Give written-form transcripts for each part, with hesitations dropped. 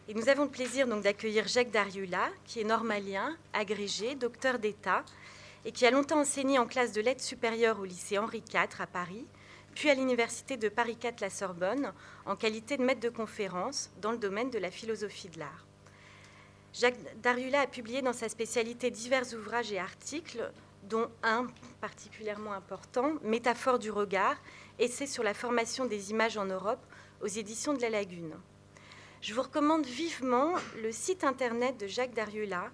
Et nous avons le plaisir donc d'accueillir Jacques Dariulla, qui est normalien, agrégé, docteur d'État, et qui a longtemps enseigné en classe de lettres supérieures au lycée Henri IV à Paris, puis à l'université de Paris IV la Sorbonne, en qualité de maître de conférence dans le domaine de la philosophie de l'art. Jacques Dariulla a publié dans sa spécialité divers ouvrages et articles, dont un particulièrement important, Métaphore du regard, essai sur la formation des images en Europe, aux éditions de la Lagune. Je vous recommande vivement le site internet de Jacques Dariulla,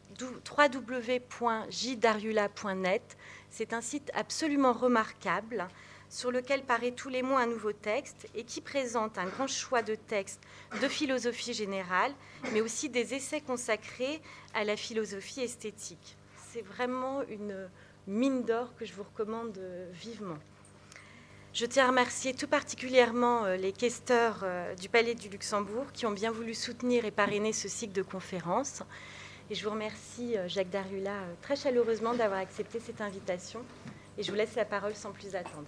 www.jdariulla.net. C'est un site absolument remarquable sur lequel paraît tous les mois un nouveau texte et qui présente un grand choix de textes de philosophie générale, mais aussi des essais consacrés à la philosophie esthétique. C'est vraiment une mine d'or que je vous recommande vivement. Je tiens à remercier tout particulièrement les questeurs du Palais du Luxembourg qui ont bien voulu soutenir et parrainer ce cycle de conférences. Et je vous remercie, Jacques Dariulla, très chaleureusement d'avoir accepté cette invitation. Et je vous laisse la parole sans plus attendre.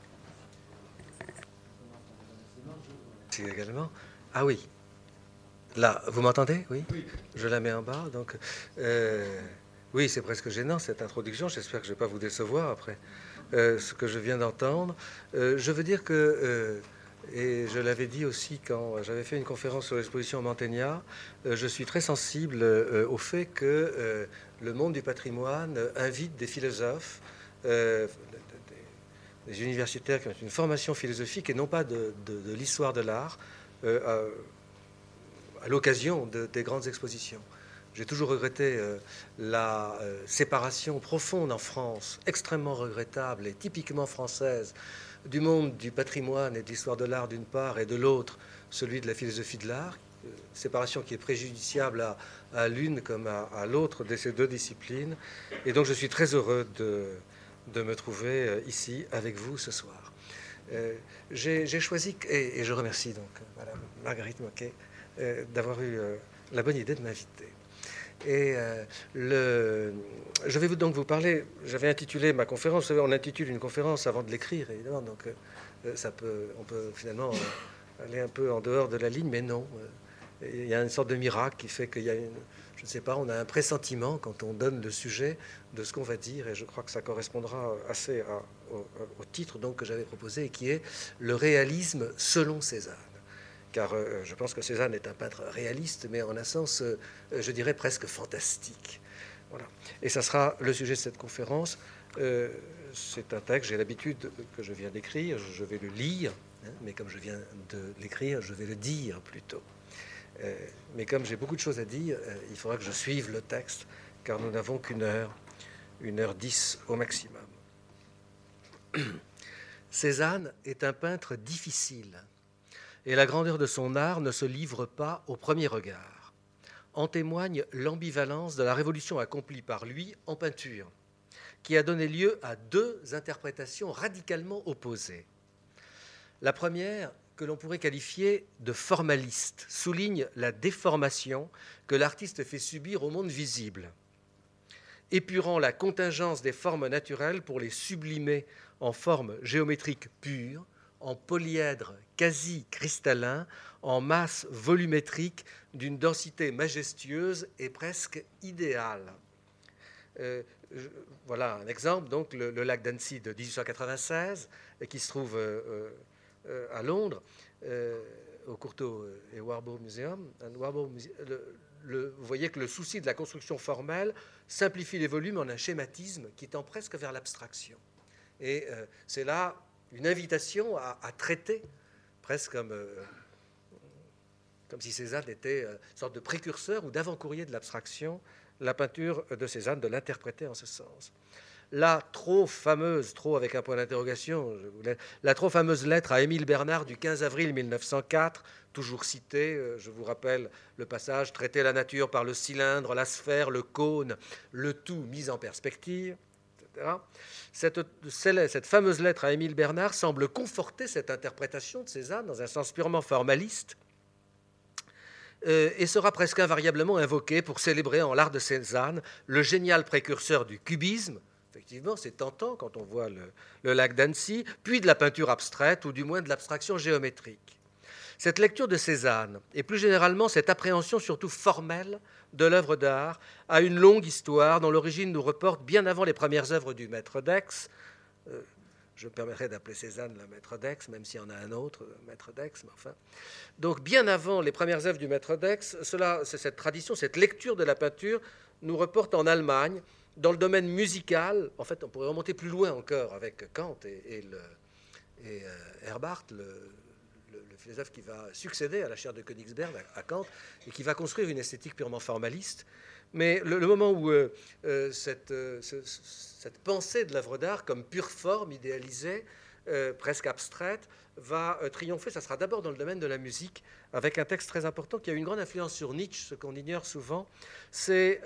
Merci également. Ah oui. Là, vous m'entendez? Oui. Oui. Je la mets en bas. Donc, oui, c'est presque gênant cette introduction. J'espère que je ne vais pas vous décevoir après ce que je viens d'entendre. Je veux dire que, et je l'avais dit aussi quand j'avais fait une conférence sur l'exposition Mantegna, je suis très sensible au fait que le monde du patrimoine invite des philosophes, des universitaires qui ont une formation philosophique et non pas de l'histoire de l'art à l'occasion des grandes expositions. J'ai toujours regretté la séparation profonde en France, extrêmement regrettable et typiquement française, du monde du patrimoine et de l'histoire de l'art d'une part et de l'autre, celui de la philosophie de l'art, séparation qui est préjudiciable à l'une comme à l'autre de ces deux disciplines. Et donc je suis très heureux de me trouver ici avec vous ce soir. J'ai choisi, et je remercie donc Madame Marguerite Moquet d'avoir eu la bonne idée de m'inviter. Et je vais donc vous parler, j'avais intitulé ma conférence, vous savez, on intitule une conférence avant de l'écrire, évidemment, donc on peut finalement aller un peu en dehors de la ligne, mais non. Il y a une sorte de miracle qui fait qu'il y a je ne sais pas, on a un pressentiment quand on donne le sujet de ce qu'on va dire, et je crois que ça correspondra assez au titre donc, que j'avais proposé, et qui est le réalisme selon Cézanne. Car je pense que Cézanne est un peintre réaliste, mais en un sens, je dirais, presque fantastique. Voilà. Et ça sera le sujet de cette conférence. C'est un texte, j'ai l'habitude que je viens d'écrire, je vais le lire, hein, mais comme je viens de l'écrire, je vais le dire plutôt. Mais comme j'ai beaucoup de choses à dire, il faudra que je suive le texte, car nous n'avons qu'une heure 10 au maximum. Cézanne est un peintre difficile, et la grandeur de son art ne se livre pas au premier regard. En témoigne l'ambivalence de la révolution accomplie par lui en peinture, qui a donné lieu à deux interprétations radicalement opposées. La première, que l'on pourrait qualifier de formaliste, souligne la déformation que l'artiste fait subir au monde visible, épurant la contingence des formes naturelles pour les sublimer en formes géométriques pures, en polyèdre quasi cristallin, en masse volumétrique d'une densité majestueuse et presque idéale. Voilà un exemple, donc le lac d'Annecy de 1896, qui se trouve à Londres, au Courtauld et Warburg Museum. Vous voyez que le souci de la construction formelle simplifie les volumes en un schématisme qui tend presque vers l'abstraction. Et c'est là une invitation à traiter, presque comme si Cézanne était une sorte de précurseur ou d'avant-courrier de l'abstraction, la peinture de Cézanne, de l'interpréter en ce sens. La trop fameuse, trop avec un point d'interrogation, la trop fameuse lettre à Émile Bernard du 15 avril 1904, toujours citée, je vous rappelle le passage, traiter la nature par le cylindre, la sphère, le cône, le tout mis en perspective, etc. Cette fameuse lettre à Émile Bernard semble conforter cette interprétation de Cézanne dans un sens purement formaliste et sera presque invariablement invoquée pour célébrer en l'art de Cézanne le génial précurseur du cubisme. Effectivement, c'est tentant quand on voit le lac d'Annecy, puis de la peinture abstraite, ou du moins de l'abstraction géométrique. Cette lecture de Cézanne, et plus généralement cette appréhension surtout formelle de l'œuvre d'art, a une longue histoire dont l'origine nous reporte bien avant les premières œuvres du maître d'Aix. Je me permettrai d'appeler Cézanne le maître d'Aix, même s'il y en a un autre, maître d'Aix, mais enfin. Donc bien avant les premières œuvres du maître d'Aix, cette tradition, cette lecture de la peinture nous reporte en Allemagne, dans le domaine musical. En fait, on pourrait remonter plus loin encore avec Kant et Herbart, le philosophe qui va succéder à la chaire de Königsberg, à Kant, et qui va construire une esthétique purement formaliste. Mais le moment où cette pensée de l'œuvre d'art comme pure forme idéalisée, presque abstraite, va triompher, ça sera d'abord dans le domaine de la musique, avec un texte très important qui a eu une grande influence sur Nietzsche, ce qu'on ignore souvent, c'est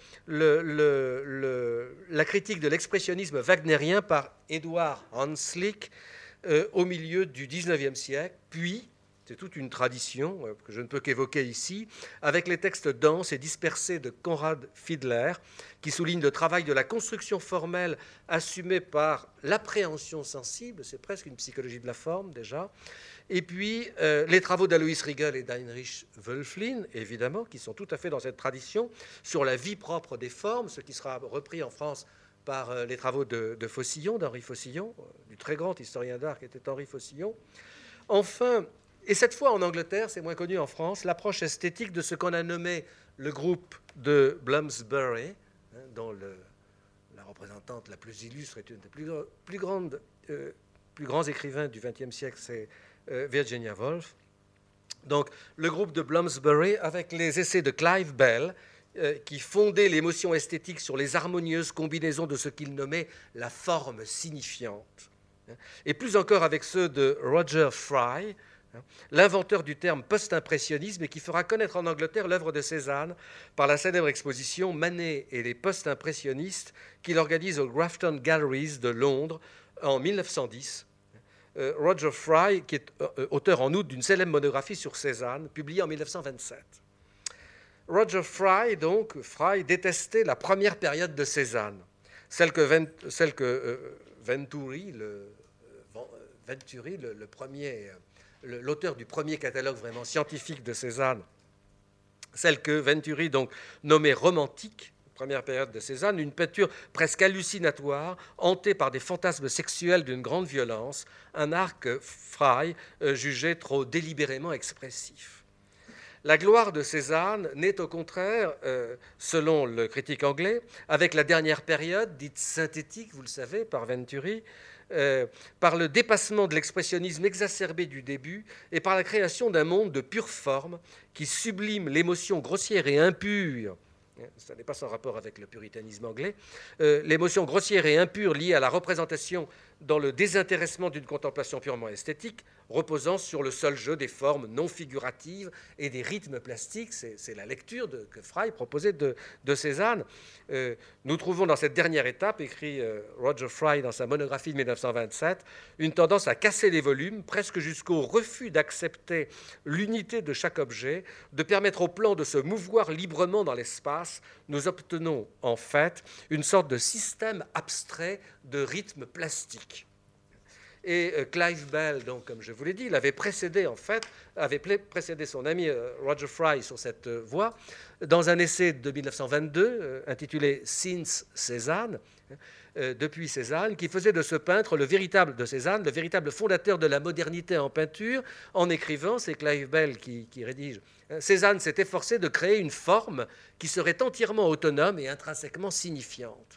la critique de l'expressionnisme wagnérien par Eduard Hanslick au milieu du XIXe siècle, puis, c'est toute une tradition que je ne peux qu'évoquer ici, avec les textes denses et dispersés de Konrad Fiedler, qui soulignent le travail de la construction formelle assumée par l'appréhension sensible, c'est presque une psychologie de la forme déjà, et puis les travaux d'Alois Riegel et d'Heinrich Wölfflin, évidemment, qui sont tout à fait dans cette tradition, sur la vie propre des formes, ce qui sera repris en France par les travaux de Faucillon, d'Henri Faucillon, du très grand historien d'art qui était Henri Faucillon. Enfin, et cette fois en Angleterre, c'est moins connu en France, l'approche esthétique de ce qu'on a nommé le groupe de Bloomsbury, dont la représentante la plus illustre est une des plus grands écrivains du XXe siècle, c'est Virginia Woolf. Donc le groupe de Bloomsbury avec les essais de Clive Bell, qui fondait l'émotion esthétique sur les harmonieuses combinaisons de ce qu'il nommait la forme signifiante. Et plus encore avec ceux de Roger Fry, l'inventeur du terme post-impressionnisme et qui fera connaître en Angleterre l'œuvre de Cézanne par la célèbre exposition Manet et les post-impressionnistes qu'il organise au Grafton Galleries de Londres en 1910. Roger Fry, qui est auteur en outre d'une célèbre monographie sur Cézanne, publiée en 1927. Roger Fry, donc, détestait la première période de Cézanne, celle que Venturi, l'auteur du premier catalogue vraiment scientifique de Cézanne, celle que Venturi donc nommait romantique, première période de Cézanne, une peinture presque hallucinatoire, hantée par des fantasmes sexuels d'une grande violence, un art que Fry jugeait trop délibérément expressif. La gloire de Cézanne naît au contraire, selon le critique anglais, avec la dernière période, dite synthétique, vous le savez, par Venturi, par le dépassement de l'expressionnisme exacerbé du début et par la création d'un monde de pure forme qui sublime l'émotion grossière et impure. Ça n'est pas sans rapport avec le puritanisme anglais. L'émotion grossière et impure liée à la représentation dans le désintéressement d'une contemplation purement esthétique, reposant sur le seul jeu des formes non figuratives et des rythmes plastiques. C'est la lecture que Fry proposait de Cézanne. Nous trouvons dans cette dernière étape, écrit Roger Fry dans sa monographie de 1927, une tendance à casser les volumes, presque jusqu'au refus d'accepter l'unité de chaque objet, de permettre au plan de se mouvoir librement dans l'espace. Nous obtenons en fait une sorte de système abstrait de rythme plastique. Et Clive Bell, donc, comme je vous l'ai dit, avait précédé son ami Roger Fry sur cette voie dans un essai de 1922 intitulé « Since Cézanne », depuis Cézanne, qui faisait de ce peintre le véritable fondateur de la modernité en peinture, en écrivant, c'est Clive Bell qui rédige, Cézanne s'est efforcé de créer une forme qui serait entièrement autonome et intrinsèquement signifiante.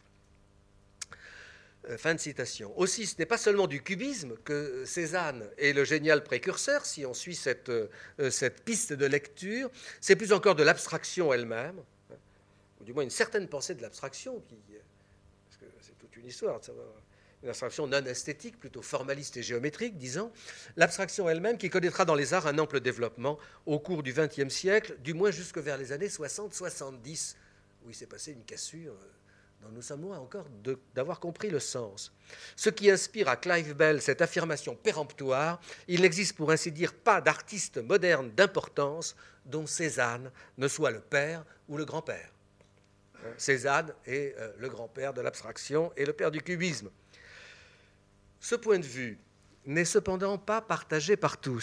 Fin de citation. Aussi, ce n'est pas seulement du cubisme que Cézanne est le génial précurseur, si on suit cette piste de lecture, c'est plus encore de l'abstraction elle-même, ou du moins une certaine pensée de l'abstraction, parce que c'est toute une histoire de savoir, une abstraction non esthétique, plutôt formaliste et géométrique, disons, l'abstraction elle-même qui connaîtra dans les arts un ample développement au cours du XXe siècle, du moins jusque vers les années 60-70, où il s'est passé une cassure dont nous sommes loin encore d'avoir compris le sens. Ce qui inspire à Clive Bell cette affirmation péremptoire, il n'existe pour ainsi dire pas d'artiste moderne d'importance dont Cézanne ne soit le père ou le grand-père. Cézanne est le grand-père de l'abstraction et le père du cubisme. Ce point de vue n'est cependant pas partagé par tous.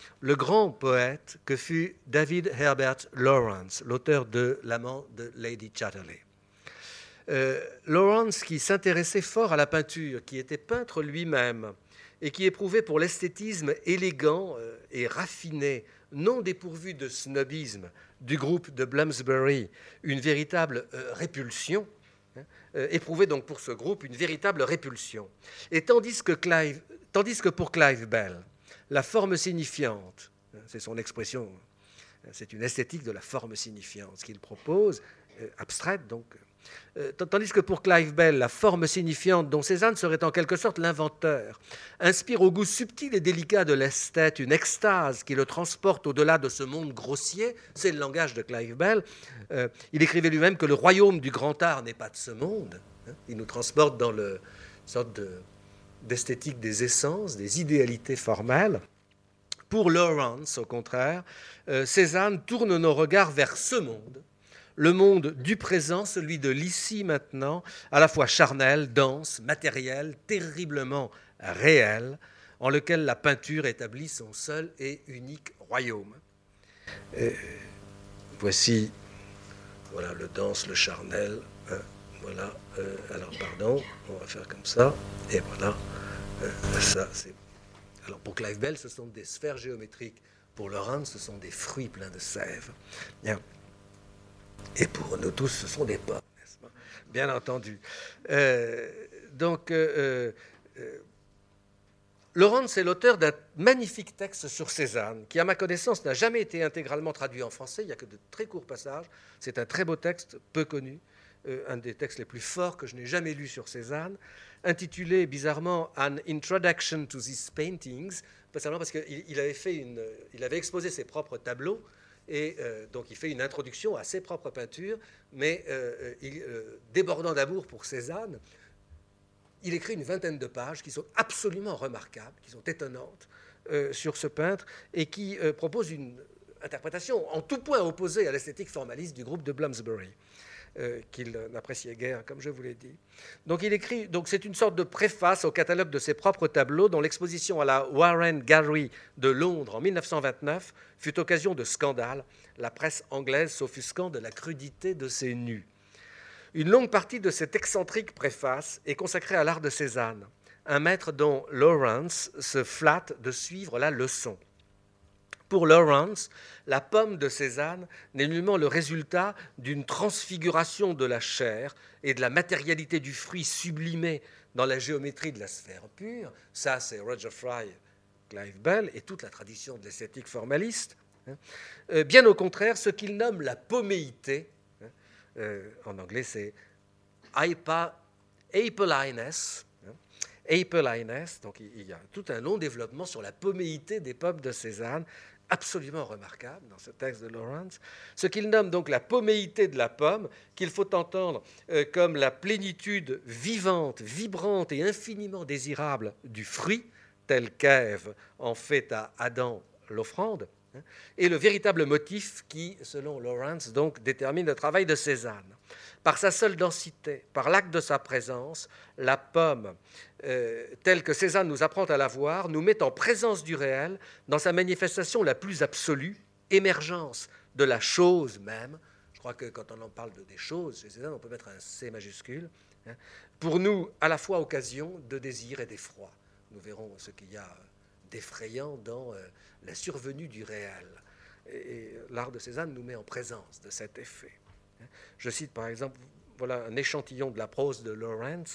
le grand poète que fut David Herbert Lawrence, l'auteur de L'amant de Lady Chatterley. Lawrence, qui s'intéressait fort à la peinture, qui était peintre lui-même et qui éprouvait pour l'esthétisme élégant et raffiné, non dépourvu de snobisme, du groupe de Bloomsbury, une véritable répulsion, éprouvait donc pour ce groupe une véritable répulsion. Et tandis que pour Clive Bell, la forme signifiante, c'est son expression, c'est une esthétique de la forme signifiante, ce qu'il propose, abstraite donc, tandis que pour Clive Bell, la forme signifiante dont Cézanne serait en quelque sorte l'inventeur, inspire au goût subtil et délicat de l'esthète une extase qui le transporte au-delà de ce monde grossier, c'est le langage de Clive Bell. Il écrivait lui-même que le royaume du grand art n'est pas de ce monde. Il nous transporte dans une sorte d'esthétique des essences, des idéalités formelles. Pour Lawrence, au contraire, Cézanne tourne nos regards vers ce monde, le monde du présent, celui de l'ici maintenant, à la fois charnel, dense, matériel, terriblement réel, en lequel la peinture établit son seul et unique royaume. Voici, voilà le dense, le charnel. Voilà. Alors pardon, on va faire comme ça. Et voilà. Ça, c'est. Alors pour Clive Bell, ce sont des sphères géométriques. Pour Lawrence, ce sont des fruits pleins de sève. Bien. Et pour nous tous, ce sont des pommes, n'est-ce pas ? Bien entendu. Lawrence est l'auteur d'un magnifique texte sur Cézanne, qui, à ma connaissance, n'a jamais été intégralement traduit en français. Il n'y a que de très courts passages. C'est un très beau texte, peu connu, un des textes les plus forts que je n'ai jamais lu sur Cézanne, intitulé bizarrement An Introduction to These Paintings, pas seulement parce qu'il avait exposé ses propres tableaux. Et donc il fait une introduction à ses propres peintures, mais débordant d'amour pour Cézanne, il écrit une vingtaine de pages qui sont absolument remarquables, qui sont étonnantes sur ce peintre, et qui proposent une interprétation en tout point opposée à l'esthétique formaliste du groupe de Bloomsbury, qu'il n'appréciait guère, comme je vous l'ai dit. Donc il écrit, donc c'est une sorte de préface au catalogue de ses propres tableaux, dont l'exposition à la Warren Gallery de Londres en 1929 fut occasion de scandale, la presse anglaise s'offusquant de la crudité de ses nus. Une longue partie de cette excentrique préface est consacrée à l'art de Cézanne, un maître dont Lawrence se flatte de suivre la leçon. Pour Lawrence, la pomme de Cézanne n'est nullement le résultat d'une transfiguration de la chair et de la matérialité du fruit sublimé dans la géométrie de la sphère pure. Ça, c'est Roger Fry, Clive Bell et toute la tradition de l'esthétique formaliste. Bien au contraire, ce qu'il nomme la poméité, en anglais c'est apoliness, donc il y a tout un long développement sur la poméité des pommes de Cézanne, absolument remarquable dans ce texte de Lawrence, ce qu'il nomme donc la poméité de la pomme, qu'il faut entendre comme la plénitude vivante, vibrante et infiniment désirable du fruit, tel qu'Ève en fait à Adam l'offrande, et le véritable motif qui, selon Lawrence, donc, détermine le travail de Cézanne. Par sa seule densité, par l'acte de sa présence, la pomme, telle que Cézanne nous apprend à la voir, nous met en présence du réel dans sa manifestation la plus absolue, émergence de la chose même. Je crois que quand on en parle des choses, chez Cézanne, on peut mettre un C majuscule. Pour nous, à la fois occasion de désir et d'effroi. Nous verrons ce qu'il y a d'effrayant dans la survenue du réel. Et l'art de Cézanne nous met en présence de cet effet. Je cite par exemple, voilà un échantillon de la prose de Lawrence.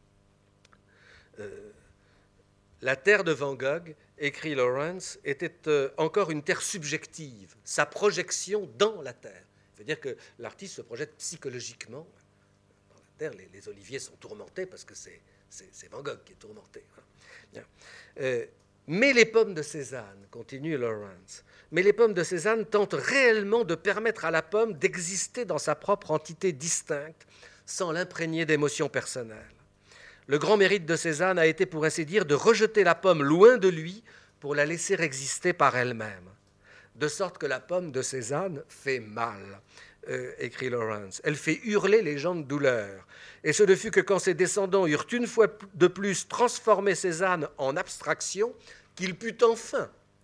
La terre de Van Gogh, écrit Lawrence, était encore une terre subjective, sa projection dans la terre. C'est-à-dire que l'artiste se projette psychologiquement dans la terre. Les oliviers sont tourmentés parce que c'est Van Gogh qui est tourmenté. Mais les pommes de Cézanne, continue Lawrence, mais les pommes de Cézanne tentent réellement de permettre à la pomme d'exister dans sa propre entité distincte, sans l'imprégner d'émotions personnelles. Le grand mérite de Cézanne a été, pour ainsi dire, de rejeter la pomme loin de lui pour la laisser exister par elle-même. De sorte que la pomme de Cézanne fait mal, écrit Lawrence. Elle fait hurler les gens de douleur. Et ce ne fut que quand ses descendants eurent une fois de plus transformé Cézanne en abstraction qu'il put enfin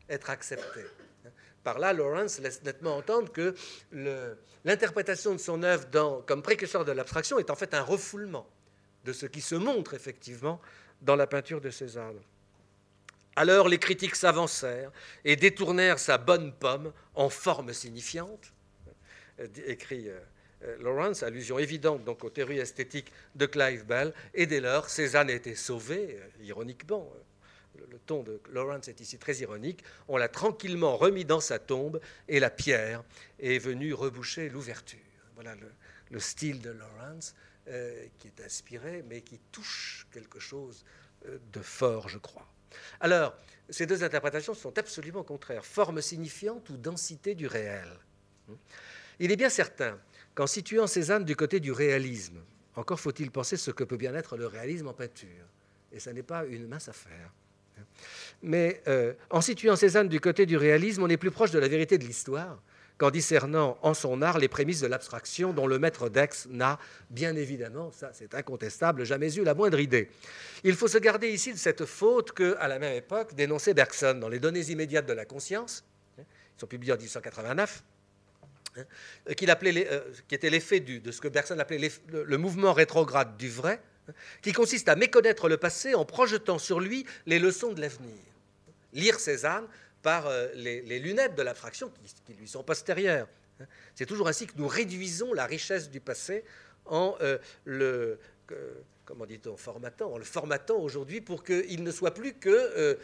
être accepté. Par là, Lawrence laisse nettement entendre que l'interprétation de son œuvre comme précurseur de l'abstraction est en fait un refoulement de ce qui se montre effectivement dans la peinture de Cézanne. Alors les critiques s'avancèrent et détournèrent sa bonne pomme en forme signifiante, écrit Lawrence, allusion évidente donc aux théories esthétiques de Clive Bell, et dès lors, Cézanne a été sauvé, ironiquement. Le ton de Lawrence est ici très ironique. On l'a tranquillement remis dans sa tombe et la pierre est venue reboucher l'ouverture. Voilà le style de Lawrence qui est inspiré, mais qui touche quelque chose de fort, je crois. Alors, ces deux interprétations sont absolument contraires. Forme signifiante ou densité du réel. Il est bien certain qu'en situant Cézanne du côté du réalisme, encore faut-il penser ce que peut bien être le réalisme en peinture. Et ça n'est pas une mince affaire. Mais en situant Cézanne du côté du réalisme, on est plus proche de la vérité de l'histoire qu'en discernant en son art les prémices de l'abstraction dont le maître d'Aix n'a, bien évidemment, ça c'est incontestable, jamais eu la moindre idée. Il faut se garder ici de cette faute qu'à la même époque dénonçait Bergson dans Les données immédiates de la conscience, ils sont publiés en 1889, qui était l'effet de ce que Bergson appelait le mouvement rétrograde du vrai, qui consiste à méconnaître le passé en projetant sur lui les leçons de l'avenir. Lire Cézanne par les lunettes de l'abstraction qui lui sont postérieures. C'est toujours ainsi que nous réduisons la richesse du passé en comment dit-on, en le formatant aujourd'hui pour qu'il ne soit plus que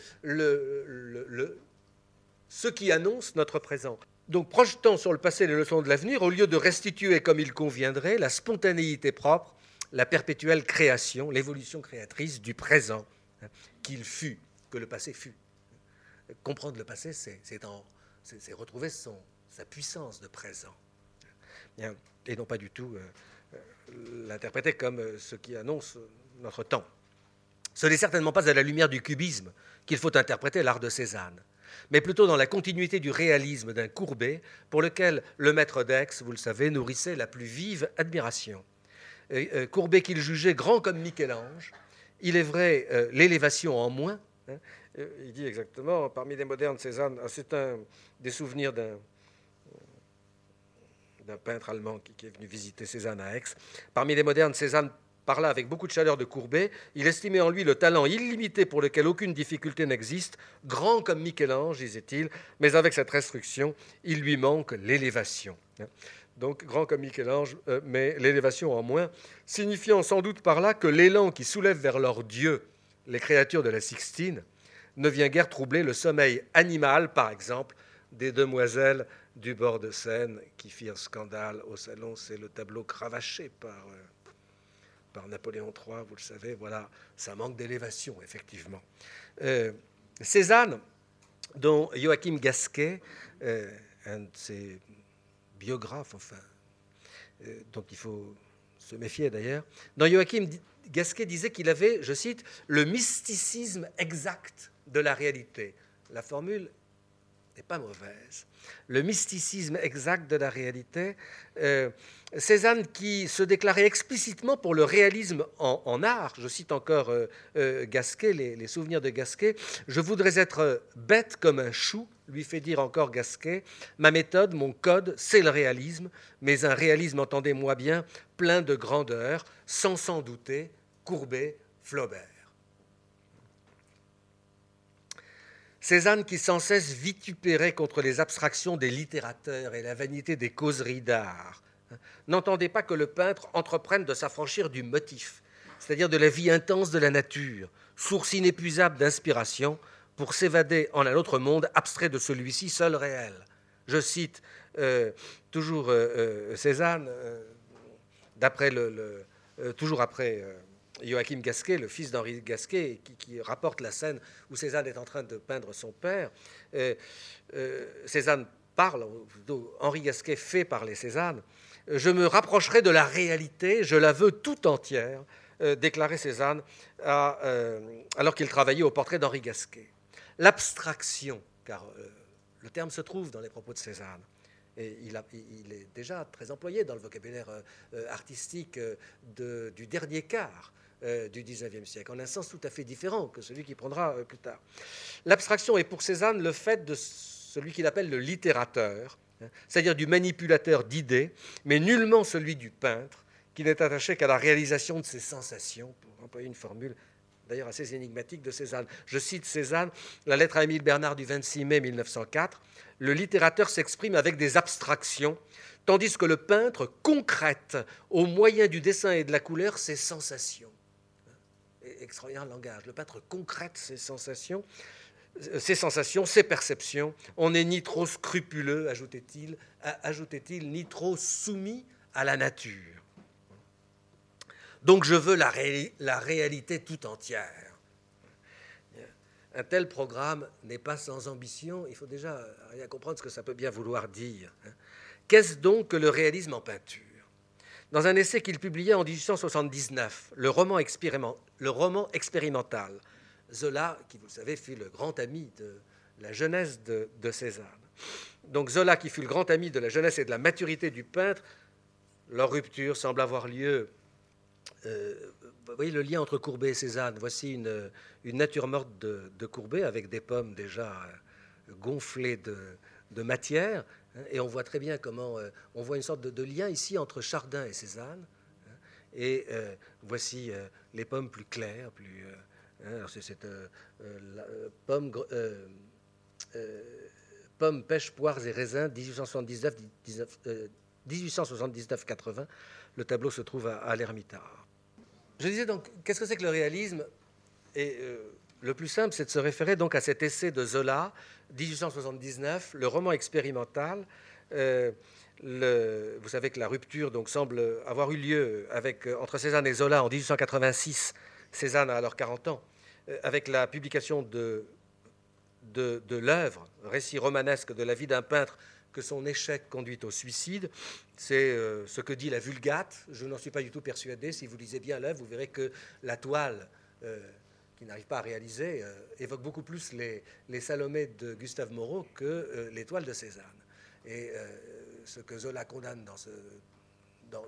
ce qui annonce notre présent. Donc, projetant sur le passé les leçons de l'avenir, au lieu de restituer comme il conviendrait la spontanéité propre, la perpétuelle création, l'évolution créatrice du présent qu'il fut, que le passé fut. Comprendre le passé, c'est retrouver sa puissance de présent. Et non pas du tout l'interpréter comme ce qui annonce notre temps. Ce n'est certainement pas à la lumière du cubisme qu'il faut interpréter l'art de Cézanne, mais plutôt dans la continuité du réalisme d'un Courbet, pour lequel le maître d'Aix, vous le savez, nourrissait la plus vive admiration. Courbet qu'il jugeait grand comme Michel-Ange, il est vrai, l'élévation en moins. Il dit exactement, parmi les modernes, Cézanne, c'est un des souvenirs d'un peintre allemand qui est venu visiter Cézanne à Aix. Parmi les modernes, Cézanne parla avec beaucoup de chaleur de Courbet. Il estimait en lui le talent illimité pour lequel aucune difficulté n'existe, grand comme Michel-Ange, disait-il, mais avec cette restriction, il lui manque l'élévation. Donc, grand comme Michel-Ange, mais l'élévation en moins, signifiant sans doute par là que l'élan qui soulève vers leur Dieu les créatures de la Sixtine ne vient guère troubler le sommeil animal, par exemple, des demoiselles du bord de Seine qui firent scandale au salon. C'est le tableau cravaché par Napoléon III, vous le savez. Voilà, ça manque d'élévation, effectivement. Cézanne, dont Joachim Gasquet, un de ses biographes, dont il faut se méfier d'ailleurs, dans Joachim Gasquet disait qu'il avait, je cite, le mysticisme exact de la réalité. La formule n'est pas mauvaise. Le mysticisme exact de la réalité. Cézanne qui se déclarait explicitement pour le réalisme en art, je cite encore Gasquet, les souvenirs de Gasquet, « Je voudrais être bête comme un chou », lui fait dire encore Gasquet, « Ma méthode, mon code, c'est le réalisme, mais un réalisme, entendez-moi bien, plein de grandeur, sans s'en douter, Courbet, Flaubert. » Cézanne qui sans cesse vitupérait contre les abstractions des littérateurs et la vanité des causeries d'art, n'entendait pas que le peintre entreprenne de s'affranchir du motif, c'est-à-dire de la vie intense de la nature, source inépuisable d'inspiration, pour s'évader en un autre monde abstrait de celui-ci, seul réel. Je cite toujours Cézanne, toujours après Joachim Gasquet, le fils d'Henri Gasquet, qui rapporte la scène où Cézanne est en train de peindre son père. Cézanne parle, Henri Gasquet fait parler Cézanne. « Je me rapprocherai de la réalité, je la veux tout entière », déclarait Cézanne alors qu'il travaillait au portrait d'Henri Gasquet. L'abstraction, car le terme se trouve dans les propos de Cézanne, et il est déjà très employé dans le vocabulaire artistique du dernier quart du XIXe siècle, en un sens tout à fait différent que celui qui prendra plus tard. L'abstraction est pour Cézanne le fait de celui qu'il appelle le littérateur, c'est-à-dire du manipulateur d'idées, mais nullement celui du peintre, qui n'est attaché qu'à la réalisation de ses sensations, pour employer une formule d'ailleurs assez énigmatique de Cézanne. Je cite Cézanne, la lettre à Émile Bernard du 26 mai 1904, « Le littérateur s'exprime avec des abstractions, tandis que le peintre concrète, au moyen du dessin et de la couleur, ses sensations. » Extraordinaire langage. Le peintre concrète ses sensations, ses perceptions. On n'est ni trop scrupuleux, ajoutait-il, ni trop soumis à la nature. Donc je veux la réalité tout entière. Un tel programme n'est pas sans ambition. Il faut déjà rien comprendre ce que ça peut bien vouloir dire. Qu'est-ce donc que le réalisme en peinture ? Dans un essai qu'il publiait en 1879, le roman expérimental, Zola, qui vous le savez, fut le grand ami de la jeunesse de Cézanne. Donc Zola, qui fut le grand ami de la jeunesse et de la maturité du peintre, leur rupture semble avoir lieu. Vous voyez le lien entre Courbet et Cézanne. Voici une nature morte de Courbet avec des pommes déjà gonflées de matière. Et on voit très bien comment on voit une sorte de lien ici entre Chardin et Cézanne. Et voici les pommes plus claires, plus. C'est cette pommes, pêches, poires et raisins, 1879-80. Le tableau se trouve à l'Ermitage. Je disais donc, qu'est-ce que c'est que le réalisme ? Et le plus simple, c'est de se référer donc à cet essai de Zola, 1879, le roman expérimental. Vous savez que la rupture donc, semble avoir eu lieu entre Cézanne et Zola en 1886. Cézanne a alors 40 ans, avec la publication de l'œuvre, récit romanesque de la vie d'un peintre, que son échec conduit au suicide. C'est ce que dit la Vulgate. Je n'en suis pas du tout persuadé. Si vous lisez bien l'œuvre, vous verrez que la toile qu'il n'arrive pas à réaliser évoque beaucoup plus les Salomé de Gustave Moreau que les toiles de Cézanne. Et ce que Zola condamne dans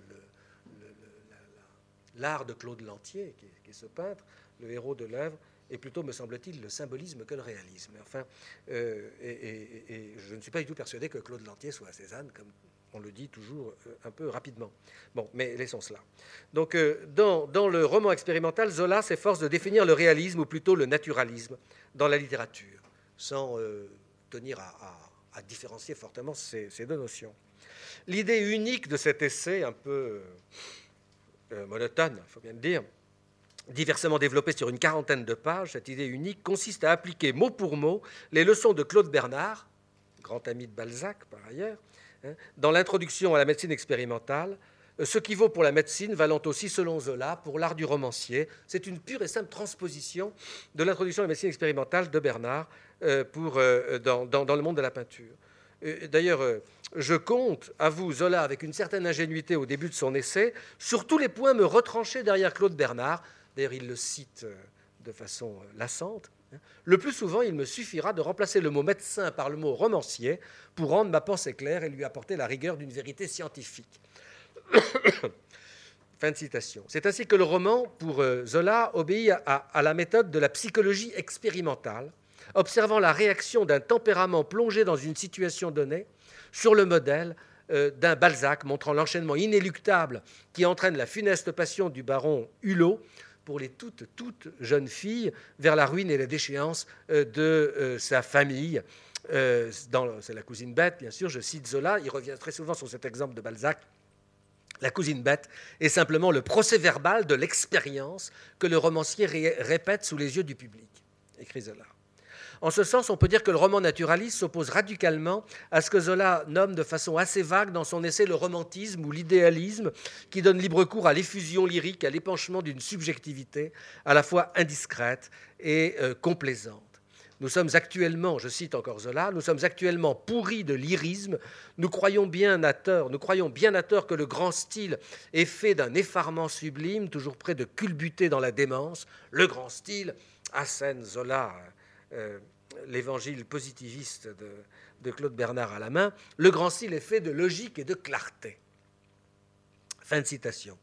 l'art de Claude Lantier, qui est ce peintre, le héros de l'œuvre, est plutôt, me semble-t-il, le symbolisme que le réalisme. Enfin, et je ne suis pas du tout persuadé que Claude Lantier soit Cézanne, comme on le dit toujours un peu rapidement. Bon, mais laissons cela. Donc, dans le roman expérimental, Zola s'efforce de définir le réalisme, ou plutôt le naturalisme, dans la littérature, sans tenir à différencier fortement ces deux notions. L'idée unique de cet essai, un peu monotone, il faut bien le dire, diversement développée sur une quarantaine de pages, cette idée unique consiste à appliquer mot pour mot les leçons de Claude Bernard, grand ami de Balzac par ailleurs, dans l'introduction à la médecine expérimentale, ce qui vaut pour la médecine valant aussi, selon Zola, pour l'art du romancier. C'est une pure et simple transposition de l'introduction à la médecine expérimentale de Bernard dans le monde de la peinture. D'ailleurs, je compte, avoue Zola avec une certaine ingénuité au début de son essai, sur tous les points me retrancher derrière Claude Bernard. D'ailleurs, il le cite de façon lassante. Le plus souvent, il me suffira de remplacer le mot médecin par le mot romancier pour rendre ma pensée claire et lui apporter la rigueur d'une vérité scientifique. Fin de citation. C'est ainsi que le roman, pour Zola, obéit à la méthode de la psychologie expérimentale, observant la réaction d'un tempérament plongé dans une situation donnée sur le modèle d'un Balzac montrant l'enchaînement inéluctable qui entraîne la funeste passion du baron Hulot pour les toutes jeunes filles vers la ruine et la déchéance de sa famille. C'est la cousine bête, bien sûr, je cite Zola, il revient très souvent sur cet exemple de Balzac. La cousine bête est simplement le procès-verbal de l'expérience que le romancier répète sous les yeux du public, écrit Zola. En ce sens, on peut dire que le roman naturaliste s'oppose radicalement à ce que Zola nomme de façon assez vague dans son essai le romantisme ou l'idéalisme, qui donne libre cours à l'effusion lyrique, à l'épanchement d'une subjectivité à la fois indiscrète et complaisante. Nous sommes actuellement, je cite encore Zola, nous sommes actuellement pourris de lyrisme. Nous croyons bien à tort que le grand style est fait d'un effarement sublime, toujours près de culbuter dans la démence. Le grand style, assène Zola, l'évangile positiviste de Claude Bernard à la main, le grand style est fait de logique et de clarté. Fin de citation.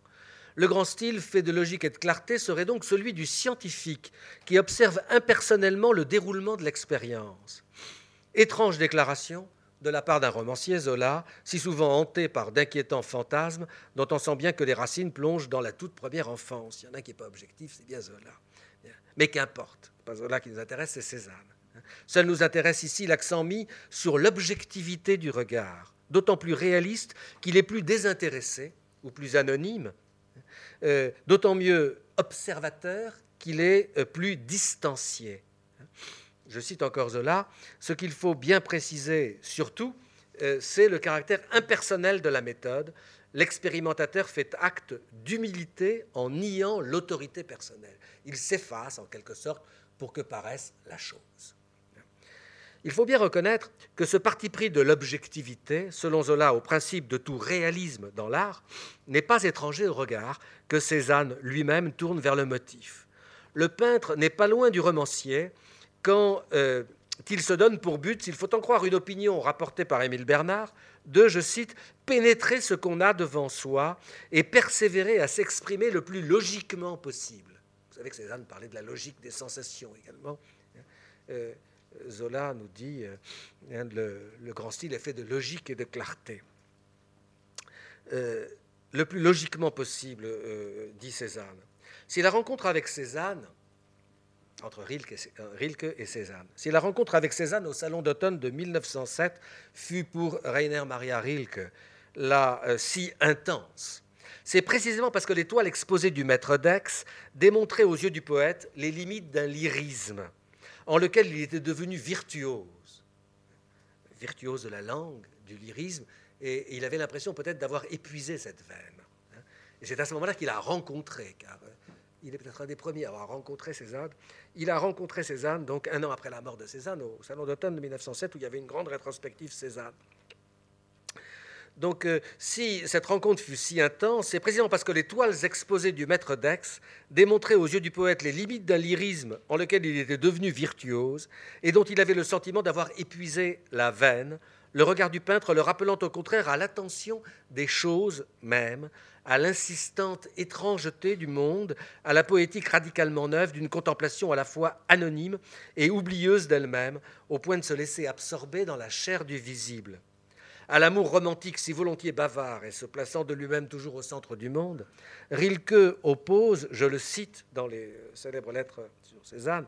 Le grand style, fait de logique et de clarté, serait donc celui du scientifique qui observe impersonnellement le déroulement de l'expérience. Étrange déclaration de la part d'un romancier, Zola, si souvent hanté par d'inquiétants fantasmes dont on sent bien que les racines plongent dans la toute première enfance. Il y en a qui n'est pas objectif, c'est bien Zola. Mais qu'importe, ce n'est pas Zola qui nous intéresse, c'est Cézanne. Seul nous intéresse ici l'accent mis sur l'objectivité du regard, d'autant plus réaliste qu'il est plus désintéressé ou plus anonyme, d'autant mieux observateur qu'il est plus distancié. Je cite encore Zola, ce qu'il faut bien préciser surtout, c'est le caractère impersonnel de la méthode. L'expérimentateur fait acte d'humilité en niant l'autorité personnelle. Il s'efface en quelque sorte pour que paraisse la chose. Il faut bien reconnaître que ce parti pris de l'objectivité, selon Zola, au principe de tout réalisme dans l'art, n'est pas étranger au regard que Cézanne lui-même tourne vers le motif. Le peintre n'est pas loin du romancier quand il se donne pour but, s'il faut en croire une opinion rapportée par Émile Bernard, de, je cite, « pénétrer ce qu'on a devant soi et persévérer à s'exprimer le plus logiquement possible ». Vous savez que Cézanne parlait de la logique des sensations également. Zola nous dit le grand style est fait de logique et de clarté. Le plus logiquement possible, dit Cézanne. Si la rencontre avec Cézanne, entre Rilke et Cézanne, si la rencontre avec Cézanne au Salon d'automne de 1907 fut pour Rainer Maria Rilke si intense, c'est précisément parce que les toiles exposées du maître d'Aix démontraient aux yeux du poète les limites d'un lyrisme en lequel il était devenu virtuose de la langue, du lyrisme, et il avait l'impression peut-être d'avoir épuisé cette veine. Et c'est à ce moment-là qu'il a rencontré, car il est peut-être un des premiers à avoir rencontré Cézanne. Il a rencontré Cézanne, donc 1 an après la mort de Cézanne, au Salon d'automne de 1907, où il y avait une grande rétrospective Cézanne. Donc, si cette rencontre fut si intense, c'est précisément parce que les toiles exposées du maître d'Aix démontraient aux yeux du poète les limites d'un lyrisme en lequel il était devenu virtuose et dont il avait le sentiment d'avoir épuisé la veine, le regard du peintre le rappelant au contraire à l'attention des choses mêmes, à l'insistante étrangeté du monde, à la poétique radicalement neuve d'une contemplation à la fois anonyme et oublieuse d'elle-même, au point de se laisser absorber dans la chair du visible. À l'amour romantique si volontiers bavard et se plaçant de lui-même toujours au centre du monde, Rilke oppose, je le cite dans les célèbres lettres sur Cézanne,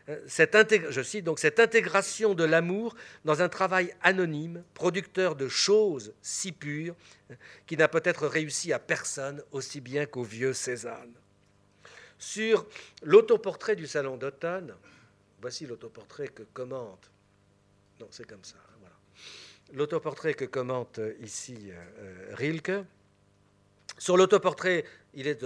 je cite donc cette intégration de l'amour dans un travail anonyme, producteur de choses si pures, qui n'a peut-être réussi à personne aussi bien qu'au vieux Cézanne. Sur l'autoportrait du Salon d'automne, voici l'autoportrait que commente. Non, c'est comme ça. Voilà. L'autoportrait que commente ici Rilke. Sur l'autoportrait, il est de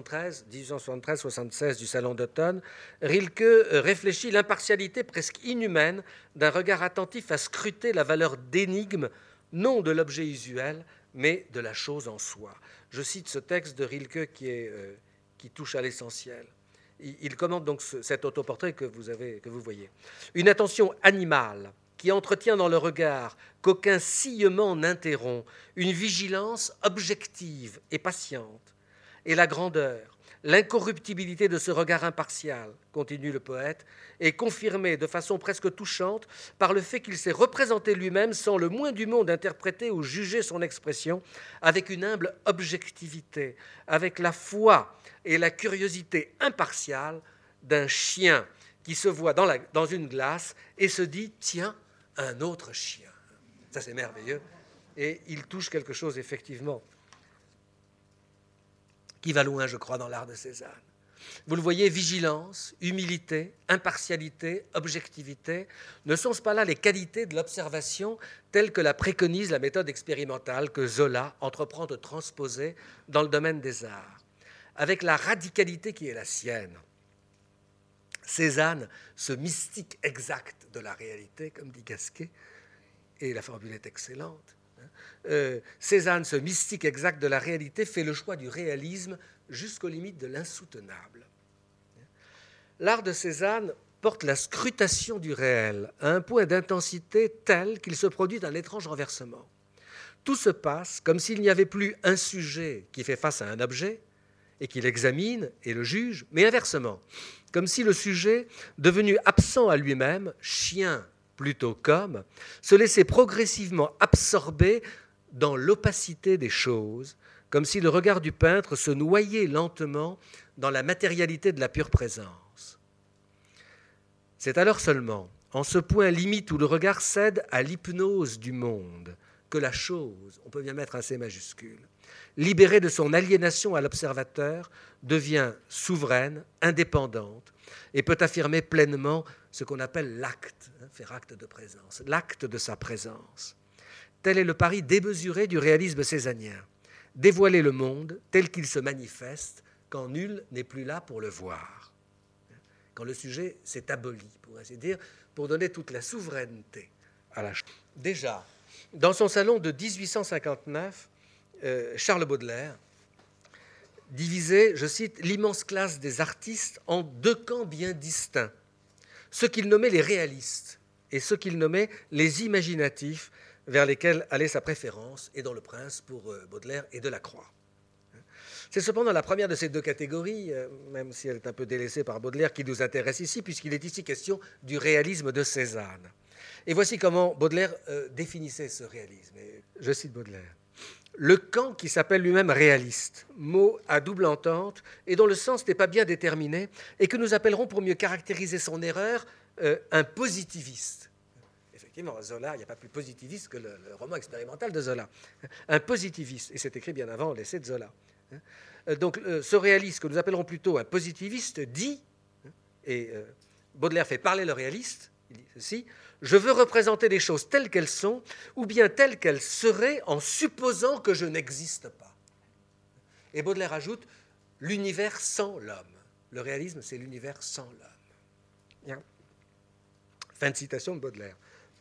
1873-76 du Salon d'automne. Rilke réfléchit l'impartialité presque inhumaine d'un regard attentif à scruter la valeur d'énigme, non de l'objet usuel, mais de la chose en soi. Je cite ce texte de Rilke qui touche à l'essentiel. Il commente donc cet autoportrait que vous voyez. Une attention animale qui entretient dans le regard qu'aucun sillement n'interrompt, une vigilance objective et patiente. Et la grandeur, l'incorruptibilité de ce regard impartial, continue le poète, est confirmée de façon presque touchante par le fait qu'il s'est représenté lui-même sans le moins du monde interpréter ou juger son expression, avec une humble objectivité, avec la foi et la curiosité impartiale d'un chien qui se voit dans une glace et se dit « Tiens, un autre chien ». Ça, c'est merveilleux. Et il touche quelque chose, effectivement, qui va loin, je crois, dans l'art de Cézanne. Vous le voyez, vigilance, humilité, impartialité, objectivité, ne sont-ce pas là les qualités de l'observation telles que la préconise la méthode expérimentale que Zola entreprend de transposer dans le domaine des arts, avec la radicalité qui est la sienne. Cézanne, ce mystique exact de la réalité, comme dit Gasquet, et la formule est excellente. Cézanne, ce mystique exact de la réalité, fait le choix du réalisme jusqu'aux limites de l'insoutenable. L'art de Cézanne porte la scrutation du réel à un point d'intensité tel qu'il se produit un étrange renversement. Tout se passe comme s'il n'y avait plus un sujet qui fait face à un objet, et qu'il examine et le juge, mais inversement, comme si le sujet, devenu absent à lui-même, chien plutôt qu'homme, se laissait progressivement absorber dans l'opacité des choses, comme si le regard du peintre se noyait lentement dans la matérialité de la pure présence. C'est alors seulement, en ce point limite où le regard cède à l'hypnose du monde, que la chose, on peut bien mettre un C majuscule, libérée de son aliénation à l'observateur, devient souveraine, indépendante, et peut affirmer pleinement ce qu'on appelle l'acte, faire acte de présence, l'acte de sa présence. Tel est le pari démesuré du réalisme cézannien, dévoiler le monde tel qu'il se manifeste quand nul n'est plus là pour le voir. Quand le sujet s'est aboli, pour ainsi dire, pour donner toute la souveraineté à la chose. Déjà, dans son salon de 1859, Charles Baudelaire divisait, je cite, l'immense classe des artistes en deux camps bien distincts, ceux qu'il nommait les réalistes et ceux qu'il nommait les imaginatifs, vers lesquels allait sa préférence, et dans Le Prince pour Baudelaire et Delacroix. C'est cependant la première de ces deux catégories, même si elle est un peu délaissée par Baudelaire, qui nous intéresse ici, puisqu'il est ici question du réalisme de Cézanne. Et voici comment Baudelaire définissait ce réalisme. Et je cite Baudelaire. Le camp qui s'appelle lui-même réaliste, mot à double entente et dont le sens n'est pas bien déterminé, et que nous appellerons, pour mieux caractériser son erreur, un positiviste. Effectivement, Zola, il n'y a pas plus positiviste que le roman expérimental de Zola. Un positiviste, et c'est écrit bien avant l'essai de Zola. Donc ce réaliste, que nous appellerons plutôt un positiviste, dit, et Baudelaire fait parler le réaliste, il dit ceci, « Je veux représenter les choses telles qu'elles sont, ou bien telles qu'elles seraient en supposant que je n'existe pas. » Et Baudelaire ajoute, « L'univers sans l'homme. » Le réalisme, c'est l'univers sans l'homme. Bien. Fin de citation de Baudelaire.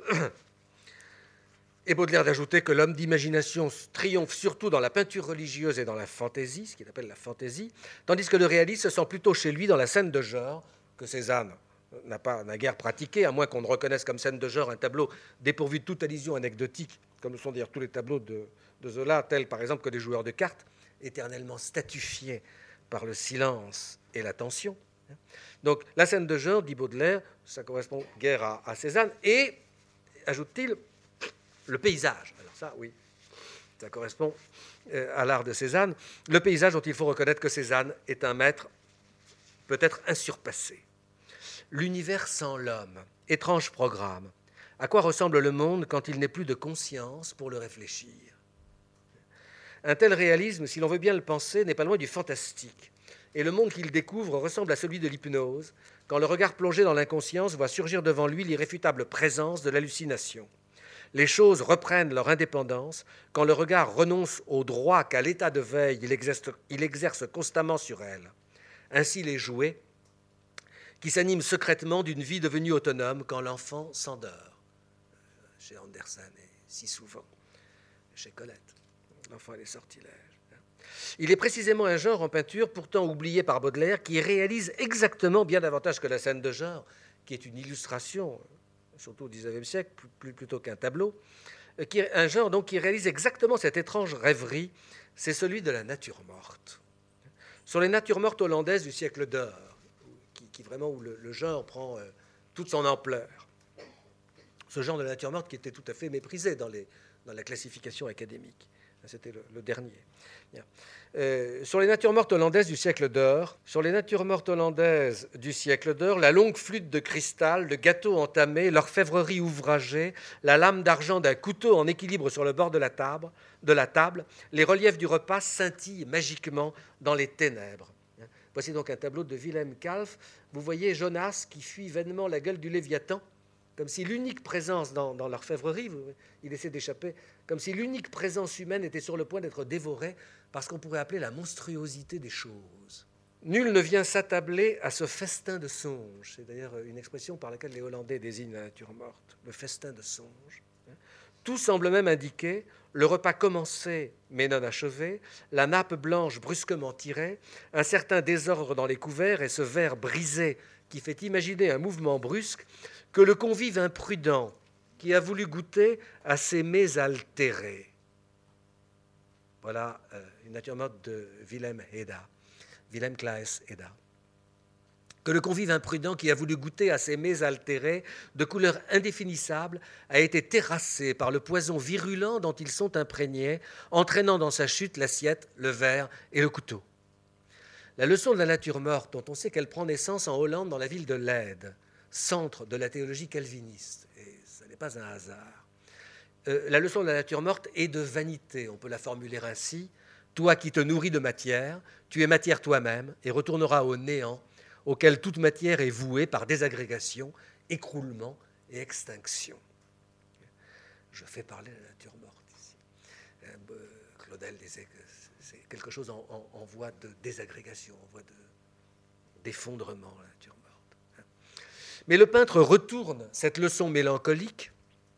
Et Baudelaire d'ajouter que l'homme d'imagination triomphe surtout dans la peinture religieuse et dans la fantaisie, ce qu'il appelle la fantaisie, tandis que le réaliste se sent plutôt chez lui dans la scène de genre, que Cézanne n'a guère pratiqué, à moins qu'on ne reconnaisse comme scène de genre un tableau dépourvu de toute allusion anecdotique, comme le sont d'ailleurs tous les tableaux de Zola, tels par exemple que des joueurs de cartes, éternellement statufiés par le silence et la tension. Donc la scène de genre, dit Baudelaire, ça correspond guère à Cézanne, et, ajoute-t-il, le paysage. Alors ça, oui, ça correspond à l'art de Cézanne. Le paysage dont il faut reconnaître que Cézanne est un maître peut-être insurpassé. L'univers sans l'homme, étrange programme. À quoi ressemble le monde quand il n'est plus de conscience pour le réfléchir? Un tel réalisme, si l'on veut bien le penser, n'est pas loin du fantastique. Et le monde qu'il découvre ressemble à celui de l'hypnose, quand le regard plongé dans l'inconscience voit surgir devant lui l'irréfutable présence de l'hallucination. Les choses reprennent leur indépendance quand le regard renonce au droit qu'à l'état de veille il exerce constamment sur elles. Ainsi les jouets, qui s'animent secrètement d'une vie devenue autonome quand l'enfant s'endort. Chez Andersen et si souvent chez Colette, l'enfant et les sortilèges. Il est précisément un genre en peinture, pourtant oublié par Baudelaire, qui réalise exactement, bien davantage que la scène de genre, qui est une illustration, surtout au XIXe siècle, plutôt qu'un tableau, un genre donc qui réalise exactement cette étrange rêverie, c'est celui de la nature morte. Sur les natures mortes hollandaises du siècle d'or, qui vraiment où le genre prend toute son ampleur. Ce genre de la nature morte qui était tout à fait méprisé dans la classification académique. C'était le dernier. Bien. Sur les natures mortes hollandaises du siècle d'or, la longue flûte de cristal, le gâteau entamé, l'orfèvrerie ouvragée, la lame d'argent d'un couteau en équilibre sur le bord de la table, les reliefs du repas scintillent magiquement dans les ténèbres. Voici donc un tableau de Wilhelm Kalf. Vous voyez Jonas qui fuit vainement la gueule du Léviathan, comme si l'unique présence dans l'orfèvrerie, il essaie d'échapper, comme si l'unique présence humaine était sur le point d'être dévorée par ce qu'on pourrait appeler la monstruosité des choses. Nul ne vient s'attabler à ce festin de songe. C'est d'ailleurs une expression par laquelle les Hollandais désignent la nature morte, le festin de songe. Tout semble même indiquer le repas commencé mais non achevé, la nappe blanche brusquement tirée, un certain désordre dans les couverts et ce verre brisé qui fait imaginer un mouvement brusque que le convive imprudent qui a voulu goûter à ces mets altérés. Voilà une nature morte de Wilhelm Heda. Wilhelm Klaes Eda. Que le convive imprudent qui a voulu goûter à ces mets altérés, de couleurs indéfinissables, a été terrassé par le poison virulent dont ils sont imprégnés, entraînant dans sa chute l'assiette, le verre et le couteau. La leçon de la nature morte, dont on sait qu'elle prend naissance en Hollande dans la ville de Leyde, centre de la théologie calviniste, et ce n'est pas un hasard. La leçon de la nature morte est de vanité, on peut la formuler ainsi. Toi qui te nourris de matière, tu es matière toi-même et retourneras au néant, auquel toute matière est vouée par désagrégation, écroulement et extinction. Je fais parler la nature morte ici. Claudel disait que c'est quelque chose en voie de désagrégation, en voie d'effondrement, la nature morte. Mais le peintre retourne cette leçon mélancolique.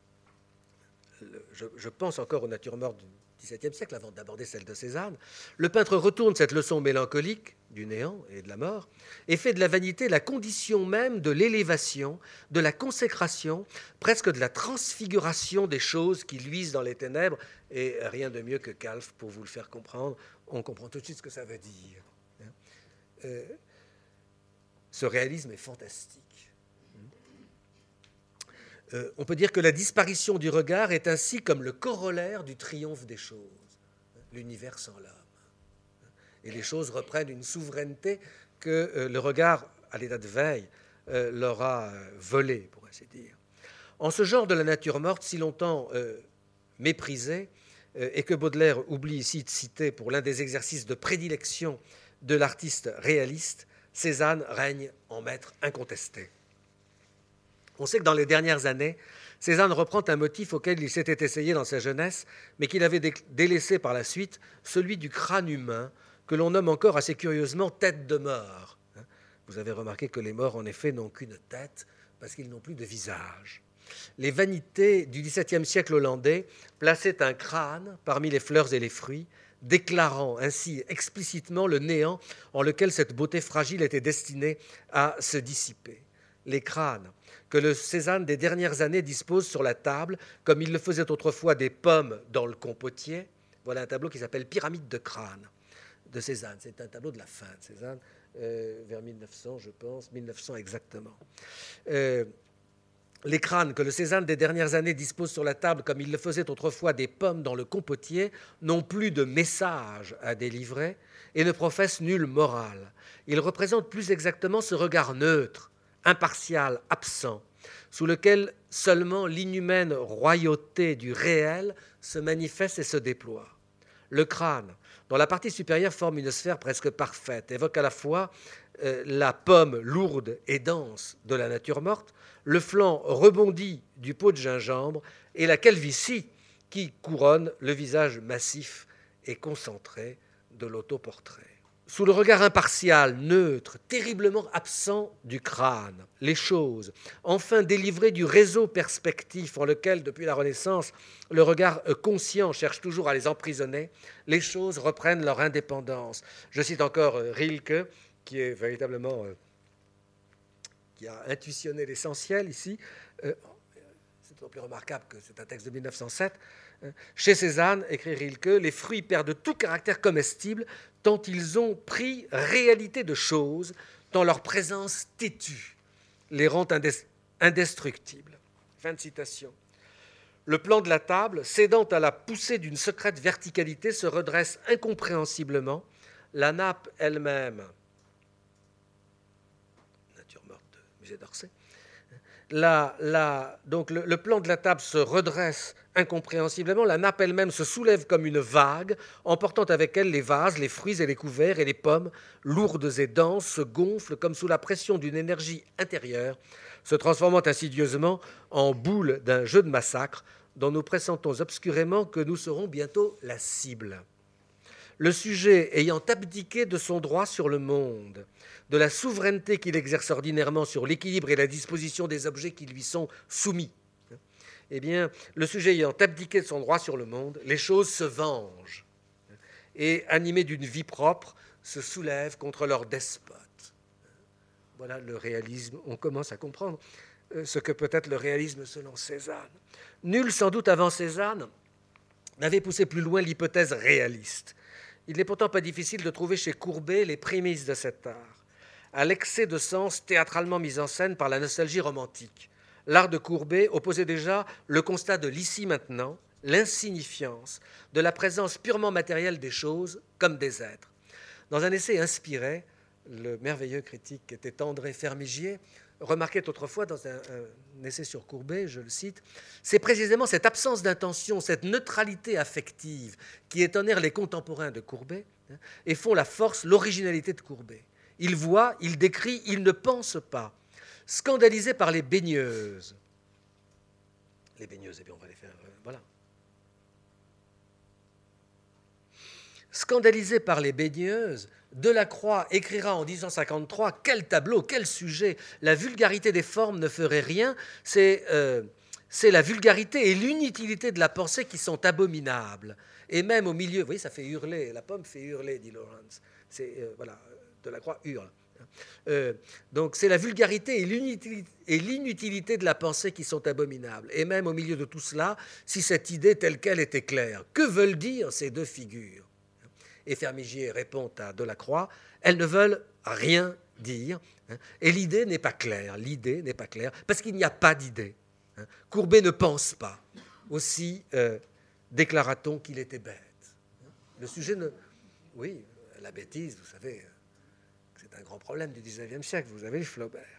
Je pense encore aux natures mortes du XVIIe siècle, avant d'aborder celle de Cézanne. Le peintre retourne cette leçon mélancolique du néant et de la mort et fait de la vanité la condition même de l'élévation, de la consécration, presque de la transfiguration des choses qui luisent dans les ténèbres. Et rien de mieux que Calf pour vous le faire comprendre. On comprend tout de suite ce que ça veut dire. Ce réalisme est fantastique. On peut dire que la disparition du regard est ainsi comme le corollaire du triomphe des choses, l'univers sans l'homme. Et les choses reprennent une souveraineté que le regard, à l'état de veille, leur a volée, pour ainsi dire. En ce genre de la nature morte, si longtemps méprisé, et que Baudelaire oublie ici de citer pour l'un des exercices de prédilection de l'artiste réaliste, Cézanne règne en maître incontesté. On sait que dans les dernières années, Cézanne reprend un motif auquel il s'était essayé dans sa jeunesse, mais qu'il avait délaissé par la suite, celui du crâne humain, que l'on nomme encore assez curieusement tête de mort. Vous avez remarqué que les morts, en effet, n'ont qu'une tête, parce qu'ils n'ont plus de visage. Les vanités du XVIIe siècle hollandais plaçaient un crâne parmi les fleurs et les fruits, déclarant ainsi explicitement le néant en lequel cette beauté fragile était destinée à se dissiper. Les crânes que le Cézanne des dernières années dispose sur la table, comme il le faisait autrefois des pommes dans le compotier. Voilà un tableau qui s'appelle « Pyramide de crâne » de Cézanne. C'est un tableau de la fin de Cézanne, vers 1900, je pense, 1900 exactement. Les crânes que le Cézanne des dernières années dispose sur la table, comme il le faisait autrefois des pommes dans le compotier, n'ont plus de message à délivrer et ne professent nulle morale. Ils représentent plus exactement ce regard neutre, impartial, absent, sous lequel seulement l'inhumaine royauté du réel se manifeste et se déploie. Le crâne, dont la partie supérieure forme une sphère presque parfaite, évoque à la fois la pomme lourde et dense de la nature morte, le flanc rebondi du pot de gingembre et la calvitie qui couronne le visage massif et concentré de l'autoportrait. Sous le regard impartial, neutre, terriblement absent du crâne, les choses, enfin délivrées du réseau perspectif en lequel, depuis la Renaissance, le regard conscient cherche toujours à les emprisonner, les choses reprennent leur indépendance. Je cite encore Rilke, qui est véritablement... qui a intuitionné l'essentiel ici. C'est d'autant plus remarquable que c'est un texte de 1907. Chez Cézanne, écrit Rilke, les fruits perdent tout caractère comestible tant ils ont pris réalité de choses, tant leur présence têtue les rend indestructibles. Fin de citation. Le plan de la table, cédant à la poussée d'une secrète verticalité, se redresse incompréhensiblement. La nappe elle-même, nature morte de Musée d'Orsay, donc le plan de la table se redresse incompréhensiblement, la nappe elle-même se soulève comme une vague, emportant avec elle les vases, les fruits et les couverts, et les pommes, lourdes et denses, se gonflent comme sous la pression d'une énergie intérieure, se transformant insidieusement en boule d'un jeu de massacre dont nous pressentons obscurément que nous serons bientôt la cible. Le sujet ayant abdiqué de son droit sur le monde, de la souveraineté qu'il exerce ordinairement sur l'équilibre et la disposition des objets qui lui sont soumis, eh bien, le sujet ayant abdiqué de son droit sur le monde, les choses se vengent et, animées d'une vie propre, se soulèvent contre leur despote. Voilà le réalisme. On commence à comprendre ce que peut être le réalisme selon Cézanne. Nul, sans doute avant Cézanne, n'avait poussé plus loin l'hypothèse réaliste. Il n'est pourtant pas difficile de trouver chez Courbet les prémices de cet art, à l'excès de sens théâtralement mis en scène par la nostalgie romantique. L'art de Courbet opposait déjà le constat de l'ici maintenant, l'insignifiance de la présence purement matérielle des choses comme des êtres. Dans un essai inspiré, le merveilleux critique qui était André Fermigier remarquait autrefois dans un essai sur Courbet, je le cite, « C'est précisément cette absence d'intention, cette neutralité affective qui étonnèrent les contemporains de Courbet et font la force, l'originalité de Courbet. Il voit, il décrit, il ne pense pas. Scandalisé par les baigneuses. » Les baigneuses, eh bien on va les faire, voilà. Scandalisé par les baigneuses, Delacroix écrira en 1853 « Quel tableau, quel sujet! La vulgarité des formes ne ferait rien. C'est la vulgarité et l'inutilité de la pensée qui sont abominables. Et même au milieu, vous voyez, ça fait hurler, la pomme fait hurler, dit Lawrence. Voilà, Delacroix hurle. Donc c'est la vulgarité et l'inutilité de la pensée qui sont abominables. Et même au milieu de tout cela, si cette idée telle qu'elle était claire, que veulent dire ces deux figures? Et Fermigier répond à Delacroix, elles ne veulent rien dire, et l'idée n'est pas claire, parce qu'il n'y a pas d'idée. Courbet ne pense pas, aussi déclara-t-on qu'il était bête. Le sujet ne... Oui, la bêtise, vous savez, c'est un grand problème du XIXe siècle, vous avez Flaubert.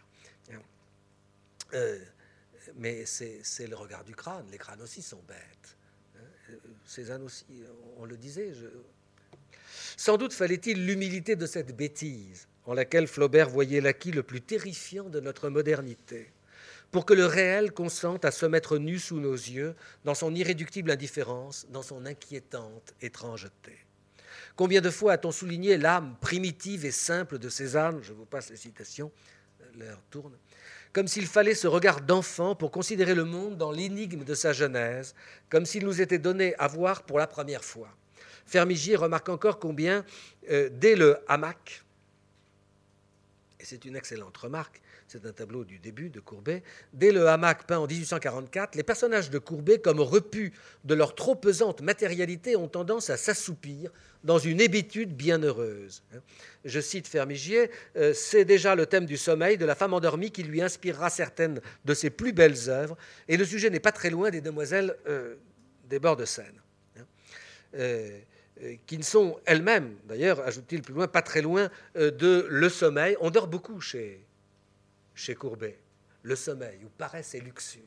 Mais c'est le regard du crâne, les crânes aussi sont bêtes. Cézanne aussi, on le disait... Sans doute fallait-il l'humilité de cette bêtise en laquelle Flaubert voyait l'acquis le plus terrifiant de notre modernité, pour que le réel consente à se mettre nu sous nos yeux dans son irréductible indifférence, dans son inquiétante étrangeté. Combien de fois a-t-on souligné l'âme primitive et simple de Cézanne, je vous passe les citations, l'heure tourne, comme s'il fallait ce regard d'enfant pour considérer le monde dans l'énigme de sa genèse, comme s'il nous était donné à voir pour la première fois. Fermigier remarque encore combien, dès le hamac, et c'est une excellente remarque, c'est un tableau du début de Courbet, dès le hamac peint en 1844, les personnages de Courbet, comme repus de leur trop pesante matérialité, ont tendance à s'assoupir dans une hébétude bienheureuse. Je cite Fermigier, « C'est déjà le thème du sommeil de la femme endormie qui lui inspirera certaines de ses plus belles œuvres, et le sujet n'est pas très loin des demoiselles des bords de Seine. » Qui ne sont elles-mêmes, d'ailleurs, ajoute-t-il plus loin, pas très loin de Le Sommeil. On dort beaucoup chez Courbet. Le Sommeil, où paresse et luxure.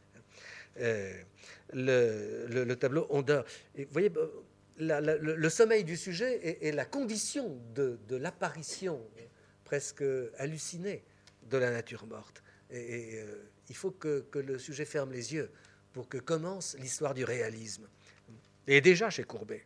Le tableau, on dort. Et vous voyez, le sommeil du sujet est la condition de l'apparition presque hallucinée de la nature morte. Et il faut que le sujet ferme les yeux pour que commence l'histoire du réalisme. Et déjà chez Courbet.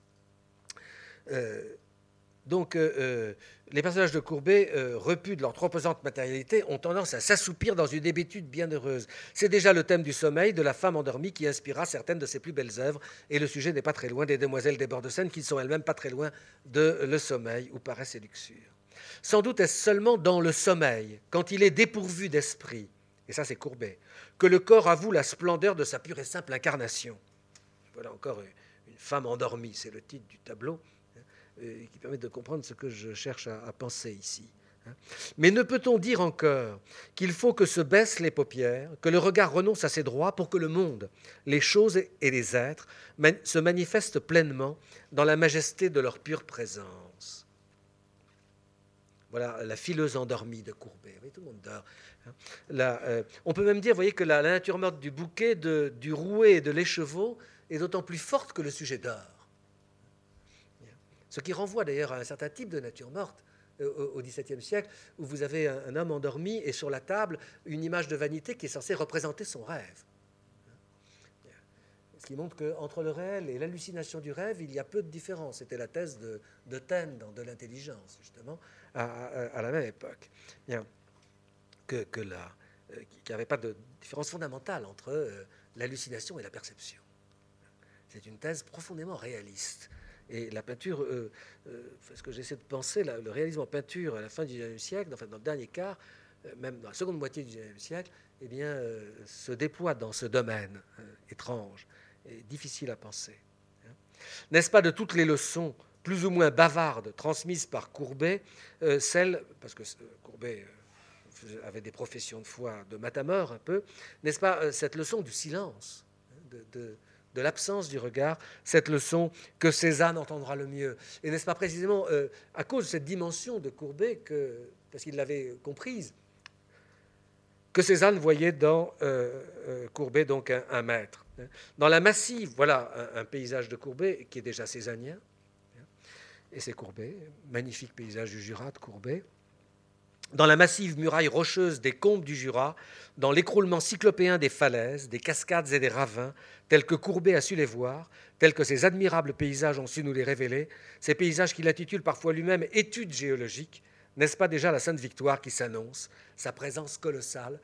Donc, les personnages de Courbet, repus de leur trop pesante matérialité, ont tendance à s'assoupir dans une hébétude bienheureuse. C'est déjà le thème du sommeil de la femme endormie qui inspira certaines de ses plus belles œuvres, et le sujet n'est pas très loin des demoiselles des bords de Seine, qui ne sont elles-mêmes pas très loin de Le Sommeil, où paresse et luxure. Sans doute est-ce seulement dans le sommeil, quand il est dépourvu d'esprit, et ça c'est Courbet, que le corps avoue la splendeur de sa pure et simple incarnation. Voilà encore une femme endormie, c'est le titre du tableau, qui permet de comprendre ce que je cherche à penser ici. Mais ne peut-on dire encore qu'il faut que se baissent les paupières, que le regard renonce à ses droits pour que le monde, les choses et les êtres se manifestent pleinement dans la majesté de leur pure présence? Voilà la fileuse endormie de Courbet. Oui, tout le monde dort. On peut même dire, vous voyez, que la nature morte du bouquet, du rouet et de l'écheveau est d'autant plus forte que le sujet dort. Ce qui renvoie d'ailleurs à un certain type de nature morte au XVIIe siècle, où vous avez un homme endormi et sur la table une image de vanité qui est censée représenter son rêve. Ce qui montre qu'entre le réel et l'hallucination du rêve, il y a peu de différence. C'était la thèse de Taine dans De l'intelligence, justement, à la même époque. Bien. Qu'il n'y avait pas de différence fondamentale entre l'hallucination et la perception. C'est une thèse profondément réaliste. Et la peinture, ce que j'essaie de penser, le réalisme en peinture à la fin du XIXe siècle, enfin dans le dernier quart, même dans la seconde moitié du XIXe siècle, eh bien, se déploie dans ce domaine étrange et difficile à penser. N'est-ce pas de toutes les leçons plus ou moins bavarde transmise par Courbet, parce que Courbet avait des professions de foi de matamor un peu, n'est-ce pas, cette leçon du silence, de l'absence du regard, cette leçon que Cézanne entendra le mieux. Et n'est-ce pas précisément à cause de cette dimension de Courbet, parce qu'il l'avait comprise, que Cézanne voyait dans Courbet donc un maître. Dans la Massive, voilà un paysage de Courbet qui est déjà cézannien, et c'est Courbet, magnifique paysage du Jura de Courbet. Dans la massive muraille rocheuse des combes du Jura, dans l'écroulement cyclopéen des falaises, des cascades et des ravins, tels que Courbet a su les voir, tels que ces admirables paysages ont su nous les révéler, ces paysages qu'il intitule parfois lui-même « études géologiques », n'est-ce pas déjà la Sainte Victoire qui s'annonce, sa présence colossale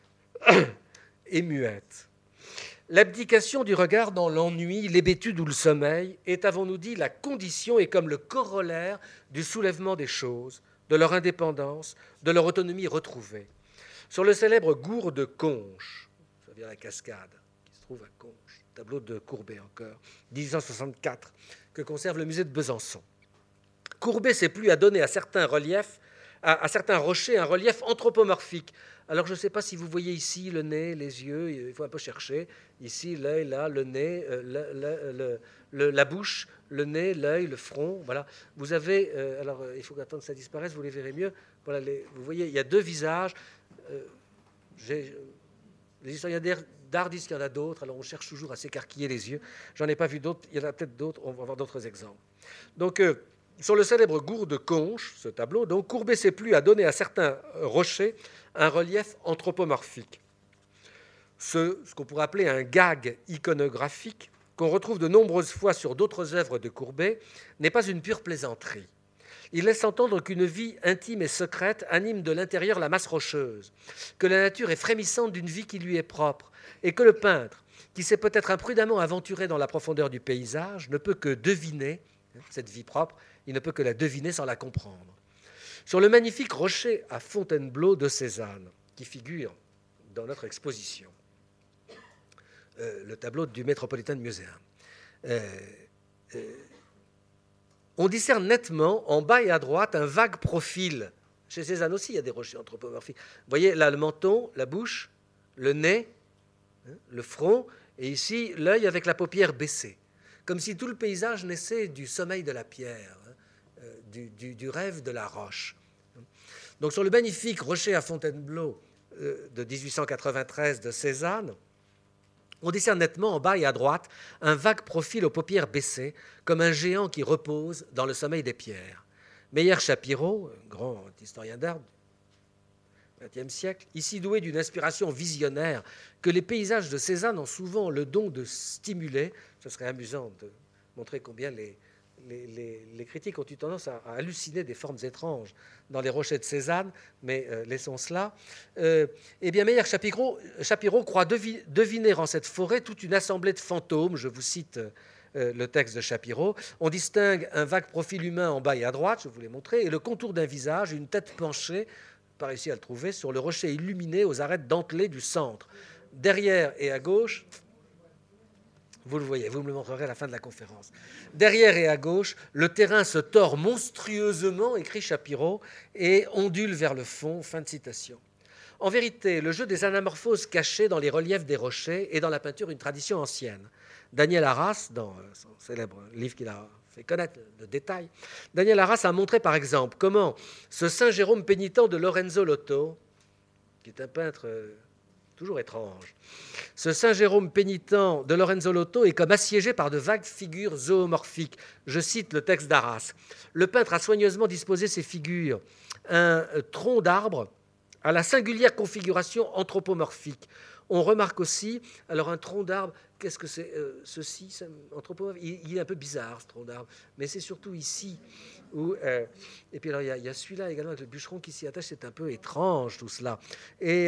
et muette. L'abdication du regard dans l'ennui, l'hébétude ou le sommeil est, avons-nous dit, la condition et comme le corollaire du soulèvement des choses, de leur indépendance, de leur autonomie retrouvée. Sur le célèbre gour de Conches, ça veut dire la cascade, qui se trouve à Conches, tableau de Courbet encore, 1864, que conserve le musée de Besançon. Courbet s'est plu à donner à certains reliefs, à certains rochers, un relief anthropomorphique. Alors, je ne sais pas si vous voyez ici le nez, les yeux, il faut un peu chercher. Ici, l'œil, là, le nez, la bouche, le nez, l'œil, le front. Voilà. Vous avez, alors il faut attendre que ça disparaisse, vous les verrez mieux. Voilà, vous voyez, il y a deux visages. Les historiens d'art disent qu'il y en a d'autres, alors on cherche toujours à s'écarquiller les yeux. J'en ai pas vu d'autres, il y en a peut-être d'autres, on va voir d'autres exemples. Donc, sur le célèbre gour de Conches, ce tableau, donc, Courbet s'est plu à donner à certains rochers un relief anthropomorphique. Ce qu'on pourrait appeler un gag iconographique, qu'on retrouve de nombreuses fois sur d'autres œuvres de Courbet, n'est pas une pure plaisanterie. Il laisse entendre qu'une vie intime et secrète anime de l'intérieur la masse rocheuse, que la nature est frémissante d'une vie qui lui est propre, et que le peintre, qui s'est peut-être imprudemment aventuré dans la profondeur du paysage, ne peut que deviner cette vie propre, il ne peut que la deviner sans la comprendre. Sur le magnifique rocher à Fontainebleau de Cézanne, qui figure dans notre exposition, le tableau du Metropolitan Museum, on discerne nettement en bas et à droite un vague profil. Chez Cézanne aussi, il y a des rochers anthropomorphiques. Vous voyez là le menton, la bouche, le nez, le front, et ici l'œil avec la paupière baissée. Comme si tout le paysage naissait du sommeil de la pierre, du rêve de la roche. Donc sur le magnifique rocher à Fontainebleau de 1893 de Cézanne, on discerne nettement en bas et à droite un vague profil aux paupières baissées, comme un géant qui repose dans le sommeil des pierres. Meyer-Shapiro, grand historien d'art du XXe siècle, ici doué d'une inspiration visionnaire que les paysages de Cézanne ont souvent le don de stimuler. Ce serait amusant de montrer combien les critiques ont eu tendance à halluciner des formes étranges dans les rochers de Cézanne, mais laissons cela. Eh bien, Meyer-Shapiro croit deviner en cette forêt toute une assemblée de fantômes. Je vous cite le texte de Shapiro. On distingue un vague profil humain en bas et à droite, je vous l'ai montré, et le contour d'un visage, une tête penchée, par ici à le trouver, sur le rocher illuminé aux arêtes dentelées du centre. Derrière et à gauche, vous le voyez, vous me le montrerez à la fin de la conférence. Derrière et à gauche, le terrain se tord monstrueusement, écrit Shapiro, et ondule vers le fond. Fin de citation. En vérité, le jeu des anamorphoses cachées dans les reliefs des rochers est dans la peinture une tradition ancienne. Daniel Arras, dans son célèbre livre qu'il a fait connaître de détails, Daniel Arras a montré par exemple comment ce Saint Jérôme pénitent de Lorenzo Lotto, qui est un peintre toujours étrange, ce Saint Jérôme pénitent de Lorenzo Lotto est comme assiégé par de vagues figures zoomorphiques. Je cite le texte d'Arras. Le peintre a soigneusement disposé ces figures, un tronc d'arbre à la singulière configuration anthropomorphique. On remarque aussi, alors un tronc d'arbre, qu'est-ce que c'est ceci anthropomorphique, il est un peu bizarre ce tronc d'arbre, mais c'est surtout ici. Et puis alors il y a celui-là également avec le bûcheron qui s'y attache, c'est un peu étrange tout cela. Et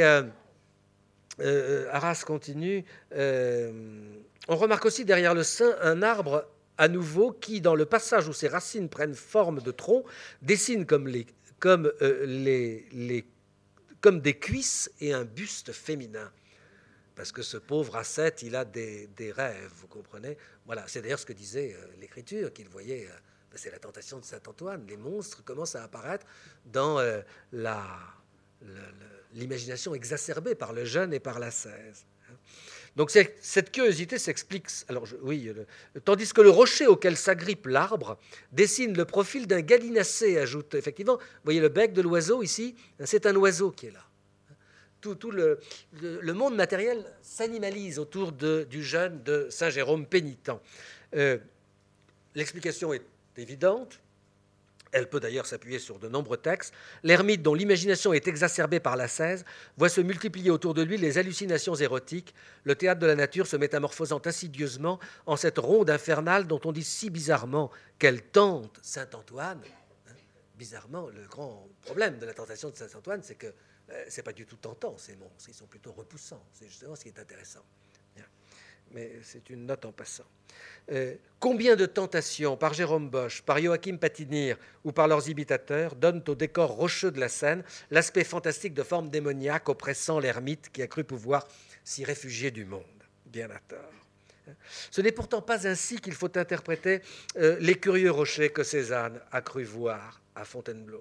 Arras continue, on remarque aussi derrière le sein un arbre à nouveau qui, dans le passage où ses racines prennent forme de tronc, dessine comme des cuisses et un buste féminin. Parce que ce pauvre ascète, il a des rêves, vous comprenez. Voilà, c'est d'ailleurs ce que disait l'Écriture, qu'il voyait C'est la tentation de Saint-Antoine. Les monstres commencent à apparaître dans l'imagination exacerbée par le jeûne et par l'ascèse. Donc cette curiosité s'explique. Tandis que le rocher auquel s'agrippe l'arbre dessine le profil d'un gallinacé, ajoute effectivement. Vous voyez le bec de l'oiseau ici, c'est un oiseau qui est là. Tout le monde matériel s'animalise autour du jeûne de Saint Jérôme pénitent. L'explication est évidente. Elle peut d'ailleurs s'appuyer sur de nombreux textes. L'ermite, dont l'imagination est exacerbée par l'ascèse, voit se multiplier autour de lui les hallucinations érotiques, le théâtre de la nature se métamorphosant insidieusement en cette ronde infernale dont on dit si bizarrement qu'elle tente Saint-Antoine. Bizarrement, le grand problème de la tentation de Saint-Antoine, c'est que ce n'est pas du tout tentant, ces monstres. Ils sont plutôt repoussants. C'est justement ce qui est intéressant. Mais c'est une note en passant. Combien de tentations, par Jérôme Bosch, par Joachim Patinir ou par leurs imitateurs, donnent au décor rocheux de la scène l'aspect fantastique de formes démoniaques oppressant l'ermite qui a cru pouvoir s'y réfugier du monde. Bien à tort. Ce n'est pourtant pas ainsi qu'il faut interpréter les curieux rochers que Cézanne a cru voir à Fontainebleau.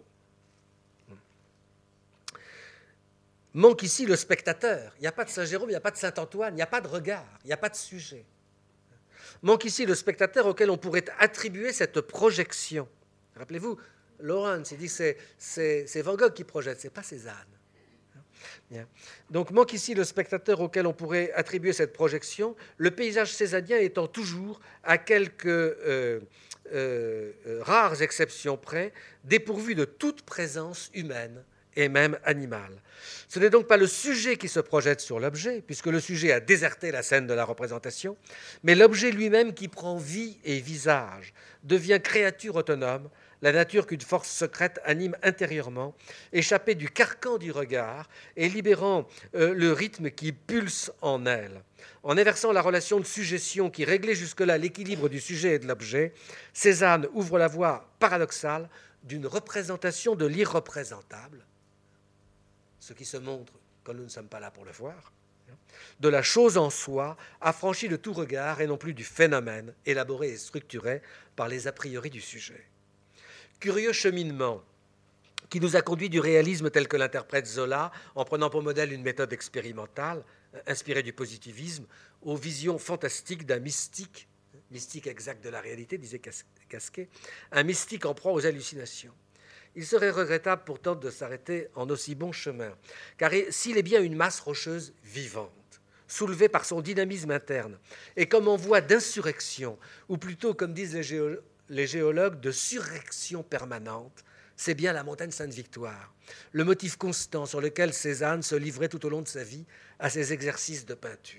Manque ici le spectateur. Il n'y a pas de Saint-Jérôme, il n'y a pas de Saint-Antoine, il n'y a pas de regard, il n'y a pas de sujet. Manque ici le spectateur auquel on pourrait attribuer cette projection. Rappelez-vous, Lawrence, il dit que c'est Van Gogh qui projette, ce n'est pas Cézanne. Bien. Donc manque ici le spectateur auquel on pourrait attribuer cette projection, le paysage cézannien étant toujours, à quelques rares exceptions près, dépourvu de toute présence humaine et même animal. Ce n'est donc pas le sujet qui se projette sur l'objet, puisque le sujet a déserté la scène de la représentation, mais l'objet lui-même qui prend vie et visage, devient créature autonome, la nature qu'une force secrète anime intérieurement, échappée du carcan du regard et libérant le rythme qui pulse en elle. En inversant la relation de suggestion qui réglait jusque-là l'équilibre du sujet et de l'objet, Cézanne ouvre la voie paradoxale d'une représentation de l'irreprésentable, ce qui se montre quand nous ne sommes pas là pour le voir, de la chose en soi, affranchie de tout regard et non plus du phénomène, élaboré et structuré par les a priori du sujet. Curieux cheminement qui nous a conduit du réalisme tel que l'interprète Zola, en prenant pour modèle une méthode expérimentale, inspirée du positivisme, aux visions fantastiques d'un mystique exact de la réalité, disait Gasquet, un mystique en proie aux hallucinations. Il serait regrettable pourtant de s'arrêter en aussi bon chemin, car s'il est bien une masse rocheuse vivante, soulevée par son dynamisme interne, et comme en voie d'insurrection, ou plutôt, comme disent les géologues, de surrection permanente, c'est bien la montagne Sainte-Victoire, le motif constant sur lequel Cézanne se livrait tout au long de sa vie à ses exercices de peinture.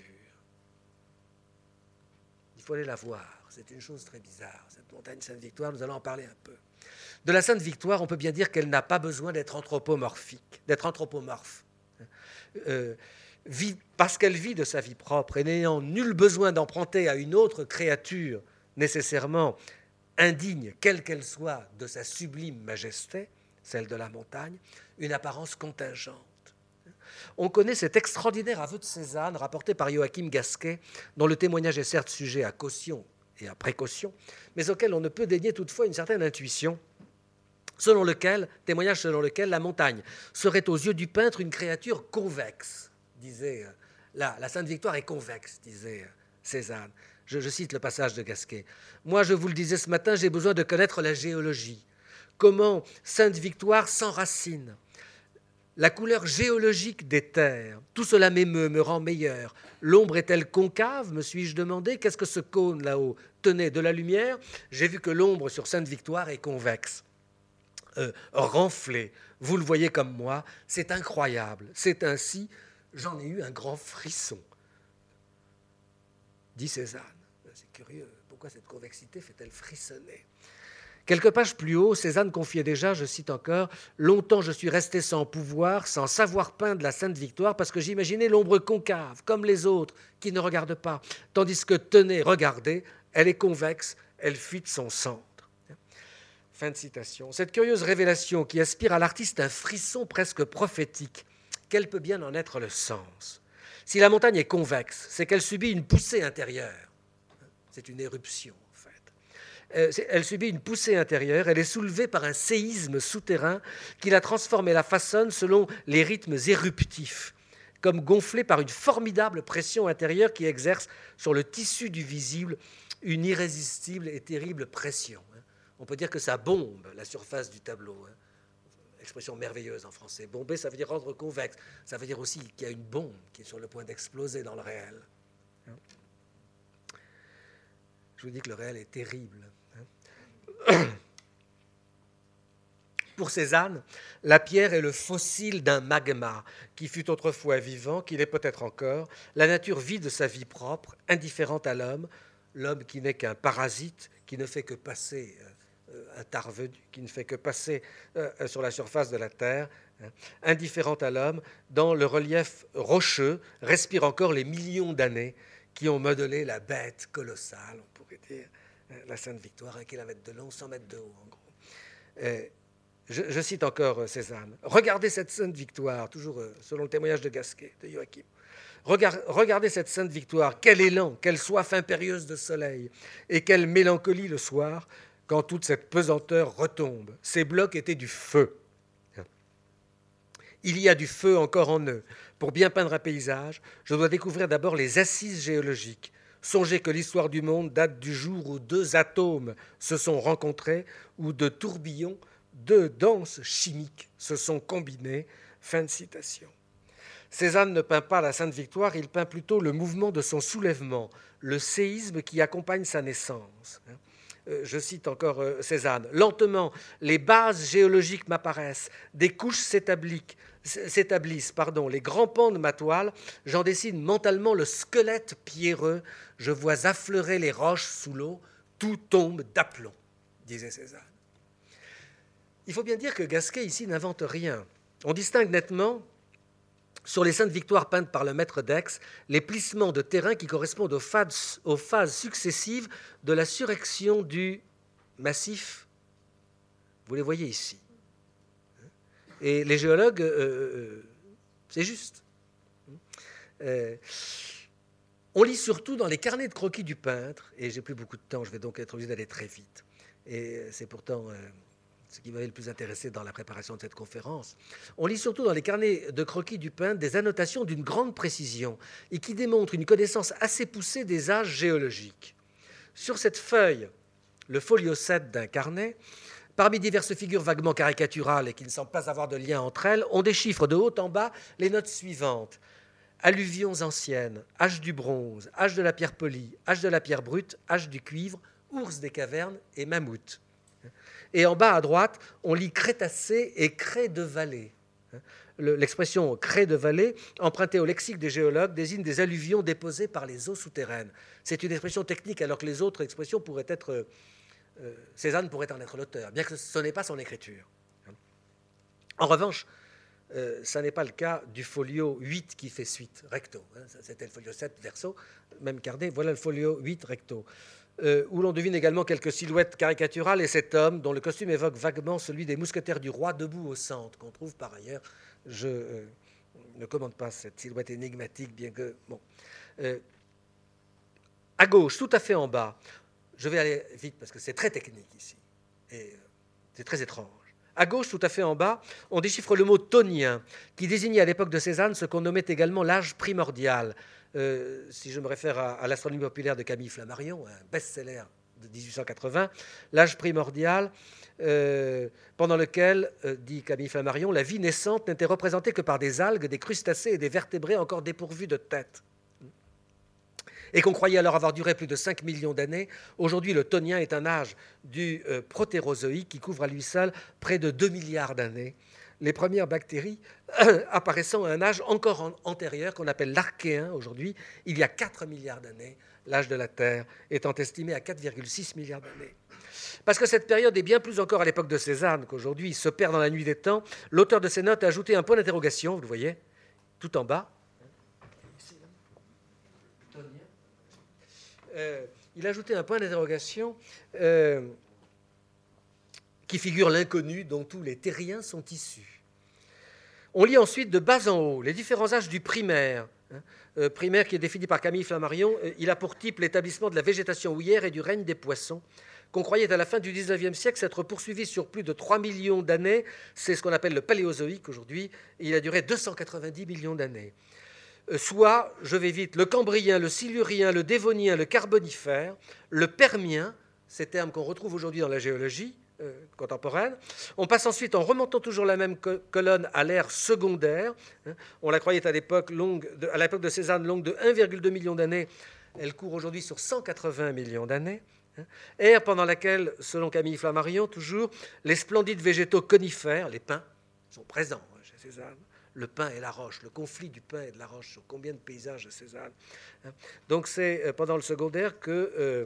Il faut aller la voir, c'est une chose très bizarre, cette montagne Sainte-Victoire, nous allons en parler un peu. De la Sainte-Victoire, on peut bien dire qu'elle n'a pas besoin d'être anthropomorphique, d'être anthropomorphe. Parce qu'elle vit de sa vie propre et n'ayant nul besoin d'emprunter à une autre créature nécessairement indigne, quelle qu'elle soit, de sa sublime majesté, celle de la montagne, une apparence contingente. On connaît cet extraordinaire aveu de Cézanne rapporté par Joachim Gasquet, dont le témoignage est certes sujet à caution et à précaution, mais auquel on ne peut dénier toutefois une certaine intuition, témoignage selon lequel la montagne serait aux yeux du peintre une créature convexe, disait la Sainte-Victoire est convexe, disait Cézanne. Je cite le passage de Gasquet. « Moi, je vous le disais ce matin, j'ai besoin de connaître la géologie. Comment Sainte-Victoire s'enracine. La couleur géologique des terres, tout cela m'émeut, me rend meilleur. L'ombre est-elle concave, me suis-je demandé. Qu'est-ce que ce cône là-haut tenait de la lumière? J'ai vu que l'ombre sur Sainte-Victoire est convexe. Renflée, vous le voyez comme moi, c'est incroyable. C'est ainsi, j'en ai eu un grand frisson. » Dit Cézanne. C'est curieux, pourquoi cette convexité fait-elle frissonner? Quelques pages plus haut, Cézanne confiait déjà, je cite encore, « Longtemps je suis resté sans pouvoir, sans savoir peindre la Sainte-Victoire, parce que j'imaginais l'ombre concave, comme les autres, qui ne regardent pas, tandis que, tenez, regardez, elle est convexe, elle fuit de son centre. » Fin de citation. Cette curieuse révélation qui aspire à l'artiste un frisson presque prophétique, quel peut bien en être le sens? Si la montagne est convexe, c'est qu'elle subit une poussée intérieure. C'est une éruption, en fait. Elle subit une poussée intérieure, elle est soulevée par un séisme souterrain qui la transforme et la façonne selon les rythmes éruptifs, comme gonflée par une formidable pression intérieure qui exerce sur le tissu du visible une irrésistible et terrible pression. On peut dire que ça bombe la surface du tableau. Expression merveilleuse en français. Bomber, ça veut dire rendre convexe. Ça veut dire aussi qu'il y a une bombe qui est sur le point d'exploser dans le réel. Je vous dis que le réel est terrible. Pour Cézanne, la pierre est le fossile d'un magma qui fut autrefois vivant, qu'il est peut-être encore. La nature vit de sa vie propre, indifférente à l'homme, l'homme qui n'est qu'un parasite, qui ne fait que passer un tarvenu, qui ne fait que passer sur la surface de la terre, indifférent à l'homme, dans le relief rocheux, respire encore les millions d'années qui ont modelé la bête colossale, on pourrait dire, la Sainte Victoire, 1 kilomètre de long, 100 mètres de haut, en gros. Je cite encore Cézanne. Regardez cette Sainte Victoire, toujours selon le témoignage de Gasquet, de Joachim. Regardez cette Sainte Victoire, quel élan, quelle soif impérieuse de soleil, et quelle mélancolie le soir, quand toute cette pesanteur retombe. Ces blocs étaient du feu. Il y a du feu encore en eux. Pour bien peindre un paysage, je dois découvrir d'abord les assises géologiques. Songez que l'histoire du monde date du jour où 2 atomes se sont rencontrés, où 2 tourbillons, 2 danses chimiques se sont combinés. Fin de citation. Cézanne ne peint pas la Sainte Victoire, il peint plutôt le mouvement de son soulèvement, le séisme qui accompagne sa naissance. Je cite encore Cézanne. « Lentement, les bases géologiques m'apparaissent, des couches s'établissent, les grands pans de ma toile, j'en dessine mentalement le squelette pierreux, je vois affleurer les roches sous l'eau, tout tombe d'aplomb, disait Cézanne. » Il faut bien dire que Gasquet ici n'invente rien. On distingue nettement, sur les Saintes Victoires peintes par le maître d'Aix, les plissements de terrain qui correspondent aux phases successives de la surrection du massif. Vous les voyez ici. Et les géologues, c'est juste. On lit surtout dans les carnets de croquis du peintre, et j'ai plus beaucoup de temps, je vais donc être obligé d'aller très vite. Et c'est pourtant ce qui m'avait le plus intéressé dans la préparation de cette conférence. On lit surtout dans les carnets de croquis du peintre des annotations d'une grande précision et qui démontrent une connaissance assez poussée des âges géologiques. Sur cette feuille, le folio 7 d'un carnet, parmi diverses figures vaguement caricaturales et qui ne semblent pas avoir de lien entre elles, on déchiffre de haut en bas les notes suivantes. Alluvions anciennes, âge du bronze, âge de la pierre polie, âge de la pierre brute, âge du cuivre, ours des cavernes et mammouth. Et en bas à droite, on lit Crétacé et craie de vallée. L'expression craie de vallée, empruntée au lexique des géologues, désigne des alluvions déposées par les eaux souterraines. C'est une expression technique, alors que les autres expressions pourraient être... Cézanne pourrait en être l'auteur, bien que ce n'est pas son écriture. En revanche, ça n'est pas le cas du folio 8 qui fait suite, recto. C'était le folio 7 verso, même carnet, voilà le folio 8 recto. Où l'on devine également quelques silhouettes caricaturales et cet homme dont le costume évoque vaguement celui des mousquetaires du roi debout au centre, qu'on trouve par ailleurs. Je ne commande pas cette silhouette énigmatique, bien que... Bon. À gauche, tout à fait en bas, je vais aller vite parce que c'est très technique ici, et c'est très étrange. À gauche, tout à fait en bas, on déchiffre le mot tonien, qui désignait à l'époque de Cézanne ce qu'on nommait également l'âge primordial. Si je me réfère à l'astronomie populaire de Camille Flammarion, un best-seller de 1880, l'âge primordial, pendant lequel, dit Camille Flammarion, la vie naissante n'était représentée que par des algues, des crustacés et des vertébrés encore dépourvus de tête. Et qu'on croyait alors avoir duré plus de 5 millions d'années, aujourd'hui le tonien est un âge du protérozoïque qui couvre à lui seul près de 2 milliards d'années. Les premières bactéries apparaissant à un âge encore antérieur, qu'on appelle l'archéen aujourd'hui, il y a 4 milliards d'années, l'âge de la Terre étant estimé à 4,6 milliards d'années. Parce que cette période est bien plus encore à l'époque de Cézanne qu'aujourd'hui, il se perd dans la nuit des temps, l'auteur de ces notes a ajouté un point d'interrogation, vous le voyez, tout en bas. Il a ajouté un point d'interrogation qui figure l'inconnu dont tous les terriens sont issus. On lit ensuite de bas en haut les différents âges du primaire. Primaire qui est défini par Camille Flammarion, il a pour type l'établissement de la végétation houillère et du règne des poissons, qu'on croyait à la fin du XIXe siècle s'être poursuivi sur plus de 3 millions d'années. C'est ce qu'on appelle le Paléozoïque aujourd'hui. Il a duré 290 millions d'années. Soit, je vais vite, le Cambrien, le Silurien, le Dévonien, le Carbonifère, le Permien, ces termes qu'on retrouve aujourd'hui dans la géologie contemporaine. On passe ensuite, en remontant toujours la même colonne, à l'ère secondaire. On la croyait à l'époque de Cézanne longue de 1,2 million d'années. Elle court aujourd'hui sur 180 millions d'années. Ère pendant laquelle, selon Camille Flammarion, toujours, les splendides végétaux conifères, les pins, sont présents chez Cézanne. Le pin et la roche, le conflit du pin et de la roche sur combien de paysages de Cézanne. Donc c'est pendant le secondaire que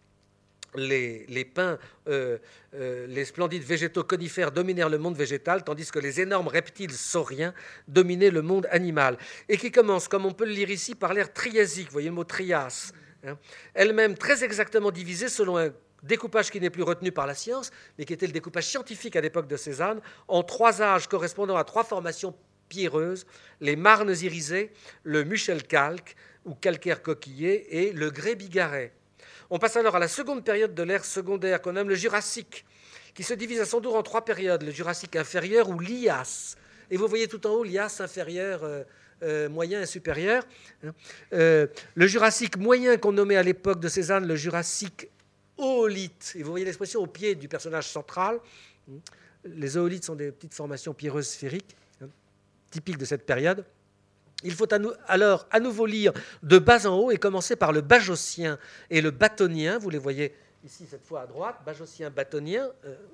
les pins, les splendides végétaux conifères dominèrent le monde végétal, tandis que les énormes reptiles sauriens dominaient le monde animal. Et qui commence, comme on peut le lire ici, par l'ère triasique, vous voyez le mot Trias, elle-même très exactement divisée selon un découpage qui n'est plus retenu par la science, mais qui était le découpage scientifique à l'époque de Cézanne, en 3 âges correspondant à 3 formations pierreuses, les marnes irisées, le muschelkalk, ou calcaire coquillé, et le grès bigarré. On passe alors à la seconde période de l'ère secondaire, qu'on nomme le Jurassique, qui se divise à son tour en 3 périodes, le Jurassique inférieur ou l'Ias. Et vous voyez tout en haut l'Ias inférieur, moyen et supérieur. Le Jurassique moyen qu'on nommait à l'époque de Cézanne le Jurassique oolite. Et vous voyez l'expression au pied du personnage central. Les oolites sont des petites formations pierreuses sphériques, typiques de cette période. Il faut alors à nouveau lire de bas en haut et commencer par le Bajossien et le Bâtonien. Vous les voyez ici cette fois à droite, Bajossien, Bâtonien,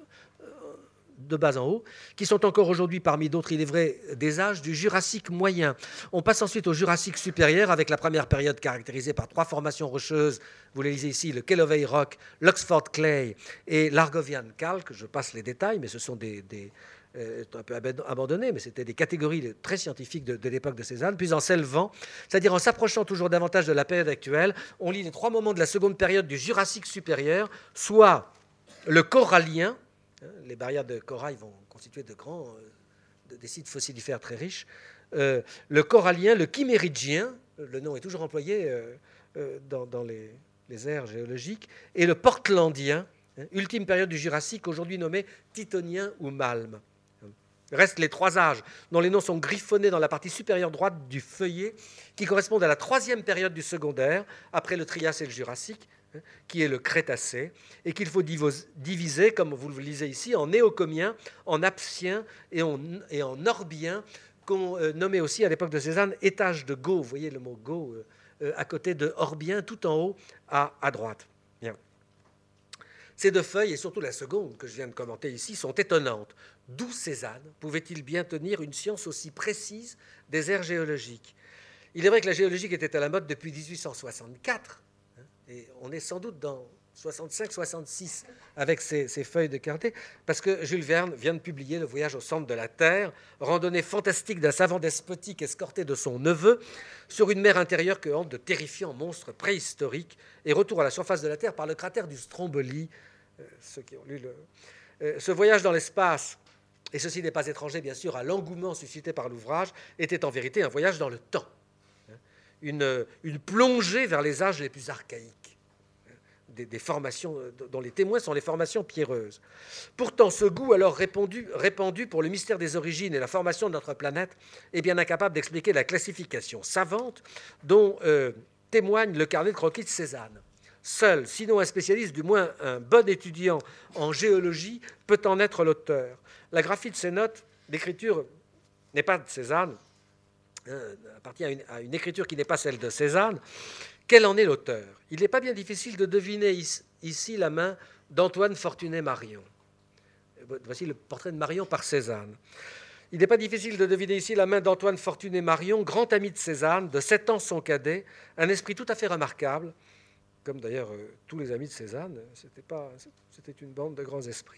de bas en haut, qui sont encore aujourd'hui parmi d'autres, il est vrai, des âges du Jurassique moyen. On passe ensuite au Jurassique supérieur avec la première période caractérisée par 3 formations rocheuses. Vous les lisez ici, le Kellovey Rock, l'Oxford Clay et l'Argovian Calc. Je passe les détails, mais ce sont un peu abandonné, mais c'était des catégories très scientifiques de l'époque de Cézanne. Puis en s'élevant, c'est-à-dire en s'approchant toujours davantage de la période actuelle, on lit les 3 moments de la seconde période du Jurassique supérieur, soit le corallien, les barrières de corail vont constituer des sites fossilifères très riches, le corallien, le chiméridgien, le nom est toujours employé dans les aires géologiques, et le portlandien, ultime période du Jurassique, aujourd'hui nommé titonien ou malm. Restent les 3 âges, dont les noms sont griffonnés dans la partie supérieure droite du feuillet, qui correspondent à la 3e période du secondaire, après le Trias et le Jurassique, qui est le Crétacé, et qu'il faut diviser, comme vous le lisez ici, en néocomiens, en apsien et en orbiens, qu'on nommait aussi à l'époque de Cézanne étage de Gau. Vous voyez le mot Gau à côté de orbien, tout en haut à droite. Bien. Ces 2 feuilles, et surtout la seconde que je viens de commenter ici, sont étonnantes. D'où Cézanne pouvait-il bien tenir une science aussi précise des aires géologiques? Il est vrai que la géologie était à la mode depuis 1864, et on est sans doute dans 65-66 avec ces feuilles de Carnet, parce que Jules Verne vient de publier Le voyage au centre de la Terre, randonnée fantastique d'un savant despotique escorté de son neveu sur une mer intérieure que hantent de terrifiants monstres préhistoriques, et retour à la surface de la Terre par le cratère du Stromboli. Ceux qui ont lu ce voyage dans l'espace, et ceci n'est pas étranger bien sûr à l'engouement suscité par l'ouvrage, était en vérité un voyage dans le temps, une plongée vers les âges les plus archaïques, des formations dont les témoins sont les formations pierreuses. Pourtant, ce goût alors répandu pour le mystère des origines et la formation de notre planète est bien incapable d'expliquer la classification savante dont témoigne le carnet de croquis de Cézanne. Seul, sinon un spécialiste, du moins un bon étudiant en géologie, peut en être l'auteur. La graphie de ces notes, l'écriture n'est pas de Cézanne, appartient à une écriture qui n'est pas celle de Cézanne. Quel en est l'auteur? Il n'est pas bien difficile de deviner ici la main d'Antoine Fortuné-Marion. Voici le portrait de Marion par Cézanne. Il n'est pas difficile de deviner ici la main d'Antoine Fortuné-Marion, grand ami de Cézanne, de 7 ans son cadet, un esprit tout à fait remarquable, comme d'ailleurs tous les amis de Cézanne, c'était une bande de grands esprits,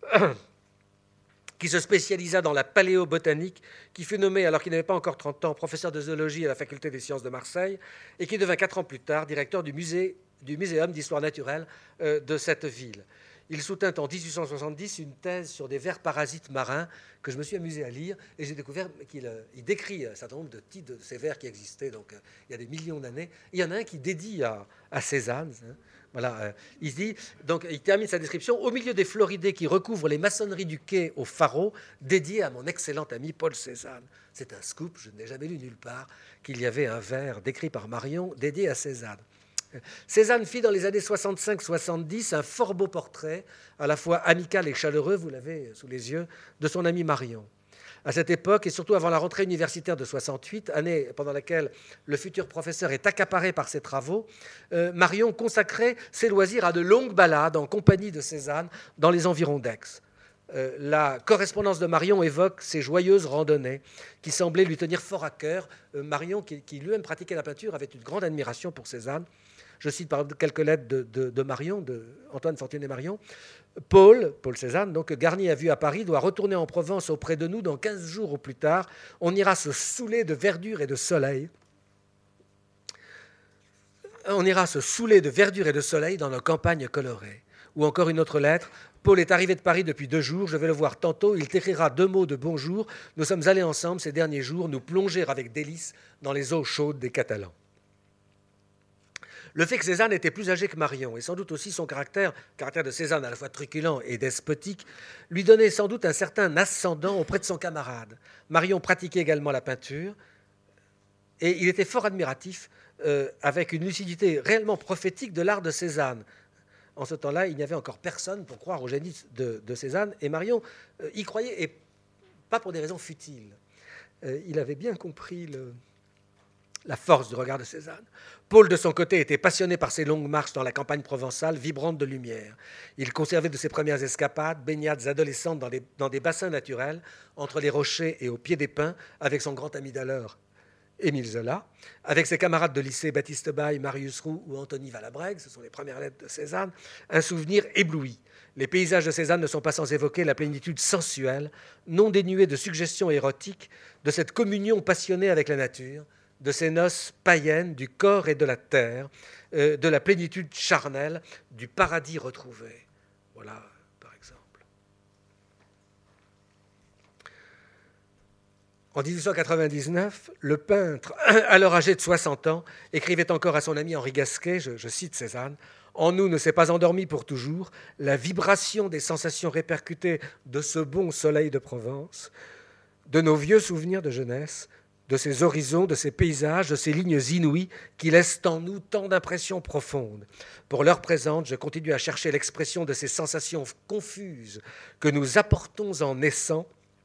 qui se spécialisa dans la paléobotanique, qui fut nommé, alors qu'il n'avait pas encore 30 ans, professeur de zoologie à la Faculté des sciences de Marseille, et qui devint 4 ans plus tard directeur du Muséum d'histoire naturelle de cette ville. Il soutint en 1870 une thèse sur des vers parasites marins que je me suis amusé à lire, et j'ai découvert qu'il décrit un certain nombre de types de ces vers qui existaient, donc il y a des millions d'années. Il y en a un qui dédie à Cézanne, Voilà, il dit, donc il termine sa description au milieu des floridés qui recouvrent les maçonneries du quai au pharo, dédié à mon excellent ami Paul Cézanne. C'est un scoop, je n'ai jamais lu nulle part qu'il y avait un vers décrit par Marion dédié à Cézanne. Cézanne fit dans les années 65-70 un fort beau portrait, à la fois amical et chaleureux, vous l'avez sous les yeux, de son ami Marion. À cette époque, et surtout avant la rentrée universitaire de 68, année pendant laquelle le futur professeur est accaparé par ses travaux, Marion consacrait ses loisirs à de longues balades en compagnie de Cézanne dans les environs d'Aix. La correspondance de Marion évoque ces joyeuses randonnées qui semblaient lui tenir fort à cœur. Marion, qui lui-même pratiquait la peinture, avait une grande admiration pour Cézanne. Je cite par exemple quelques lettres de Marion, de Antoine Fortuné-Marion. Paul Cézanne, donc Garnier a vu à Paris, doit retourner en Provence auprès de nous dans 15 jours au plus tard. On ira se saouler de verdure et de soleil. On ira se saouler de verdure et de soleil dans nos campagnes colorées. Ou encore une autre lettre. Paul est arrivé de Paris depuis 2 jours, je vais le voir tantôt, il t'écrira 2 mots de bonjour. Nous sommes allés ensemble ces derniers jours nous plonger avec délice dans les eaux chaudes des Catalans. Le fait que Cézanne était plus âgé que Marion, et sans doute aussi son caractère de Cézanne à la fois truculent et despotique, lui donnait sans doute un certain ascendant auprès de son camarade. Marion pratiquait également la peinture, et il était fort admiratif, avec une lucidité réellement prophétique de l'art de Cézanne. En ce temps-là, il n'y avait encore personne pour croire au génie de Cézanne, et Marion y croyait, et pas pour des raisons futiles. Il avait bien compris la force du regard de Cézanne. Paul, de son côté, était passionné par ses longues marches dans la campagne provençale, vibrantes de lumière. Il conservait de ses premières escapades, baignades adolescentes dans des bassins naturels, entre les rochers et au pied des pins, avec son grand ami d'alors, Émile Zola, avec ses camarades de lycée Baptiste Baye, Marius Roux ou Anthony Valabrègue, ce sont les premières lettres de Cézanne, un souvenir ébloui. Les paysages de Cézanne ne sont pas sans évoquer la plénitude sensuelle, non dénuée de suggestions érotiques, de cette communion passionnée avec la nature, de ces noces païennes du corps et de la terre, de la plénitude charnelle, du paradis retrouvé. Voilà, par exemple. En 1899, le peintre, alors âgé de 60 ans, écrivait encore à son ami Henri Gasquet, je cite Cézanne, « En nous ne s'est pas endormi pour toujours la vibration des sensations répercutées de ce bon soleil de Provence, de nos vieux souvenirs de jeunesse, de ces horizons, de ces paysages, de ces lignes inouïes qui laissent en nous tant d'impressions profondes. Pour l'heure présente, je continue à chercher l'expression de ces sensations confuses que nous apportons en naissant.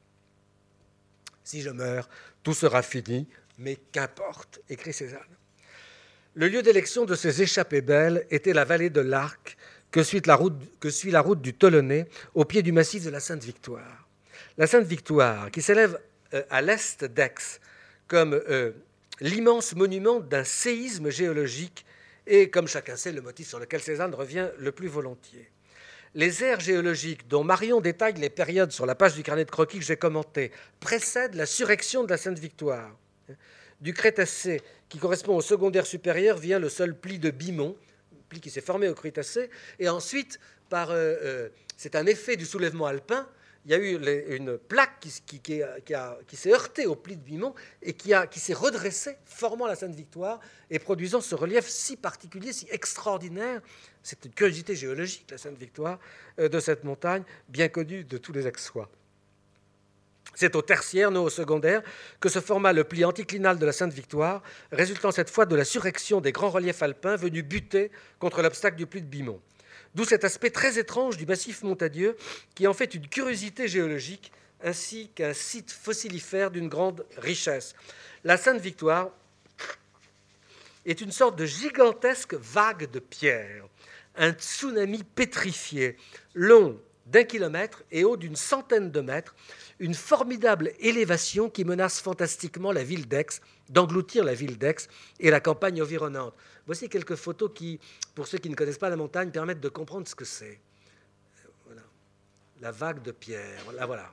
Si je meurs, tout sera fini, mais qu'importe, écrit Cézanne. Le lieu d'élection de ces échappées belles était la vallée de l'Arc que suit la route du Tolonais au pied du massif de la Sainte-Victoire. La Sainte-Victoire, qui s'élève à l'est d'Aix, comme l'immense monument d'un séisme géologique et, comme chacun sait, le motif sur lequel Cézanne revient le plus volontiers. Les aires géologiques dont Marion détaille les périodes sur la page du carnet de croquis que j'ai commenté précèdent la surrection de la Sainte-Victoire. Du Crétacé, qui correspond au secondaire supérieur, vient le seul pli de Bimont, pli qui s'est formé au Crétacé, et ensuite, c'est un effet du soulèvement alpin. Il y a eu une plaque qui s'est heurtée au pli de Bimont et qui s'est redressée, formant la Sainte-Victoire et produisant ce relief si particulier, si extraordinaire. C'est une curiosité géologique, la Sainte-Victoire, de cette montagne, bien connue de tous les Aixois. C'est au tertiaire, non au secondaire, que se forma le pli anticlinal de la Sainte-Victoire, résultant cette fois de la surrection des grands reliefs alpins venus buter contre l'obstacle du pli de Bimont. D'où cet aspect très étrange du massif montagneux qui en fait une curiosité géologique ainsi qu'un site fossilifère d'une grande richesse. La Sainte-Victoire est une sorte de gigantesque vague de pierre, un tsunami pétrifié, long d'1 kilomètre et haut d'une centaine de mètres, une formidable élévation qui menace fantastiquement la ville d'Aix, d'engloutir la ville d'Aix et la campagne environnante. Voici quelques photos qui, pour ceux qui ne connaissent pas la montagne, permettent de comprendre ce que c'est. Voilà. La vague de pierre, la voilà.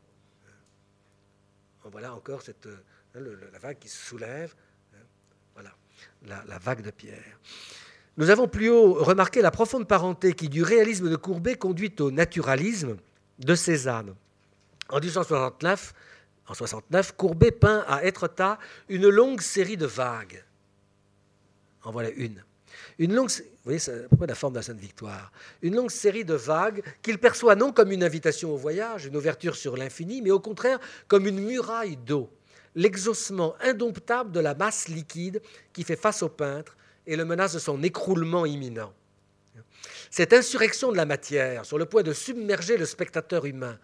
Voilà encore la vague qui se soulève. Voilà, la vague de pierre. Nous avons plus haut remarqué la profonde parenté qui, du réalisme de Courbet, conduit au naturalisme de Cézanne. En 1869, Courbet peint à Étretat une longue série de vagues. En voilà une. Vous voyez, c'est à peu près la forme de la Sainte Victoire. Une longue série de vagues qu'il perçoit non comme une invitation au voyage, une ouverture sur l'infini, mais au contraire comme une muraille d'eau, l'exaucement indomptable de la masse liquide qui fait face au peintre et le menace de son écroulement imminent. Cette insurrection de la matière, sur le point de submerger le spectateur humain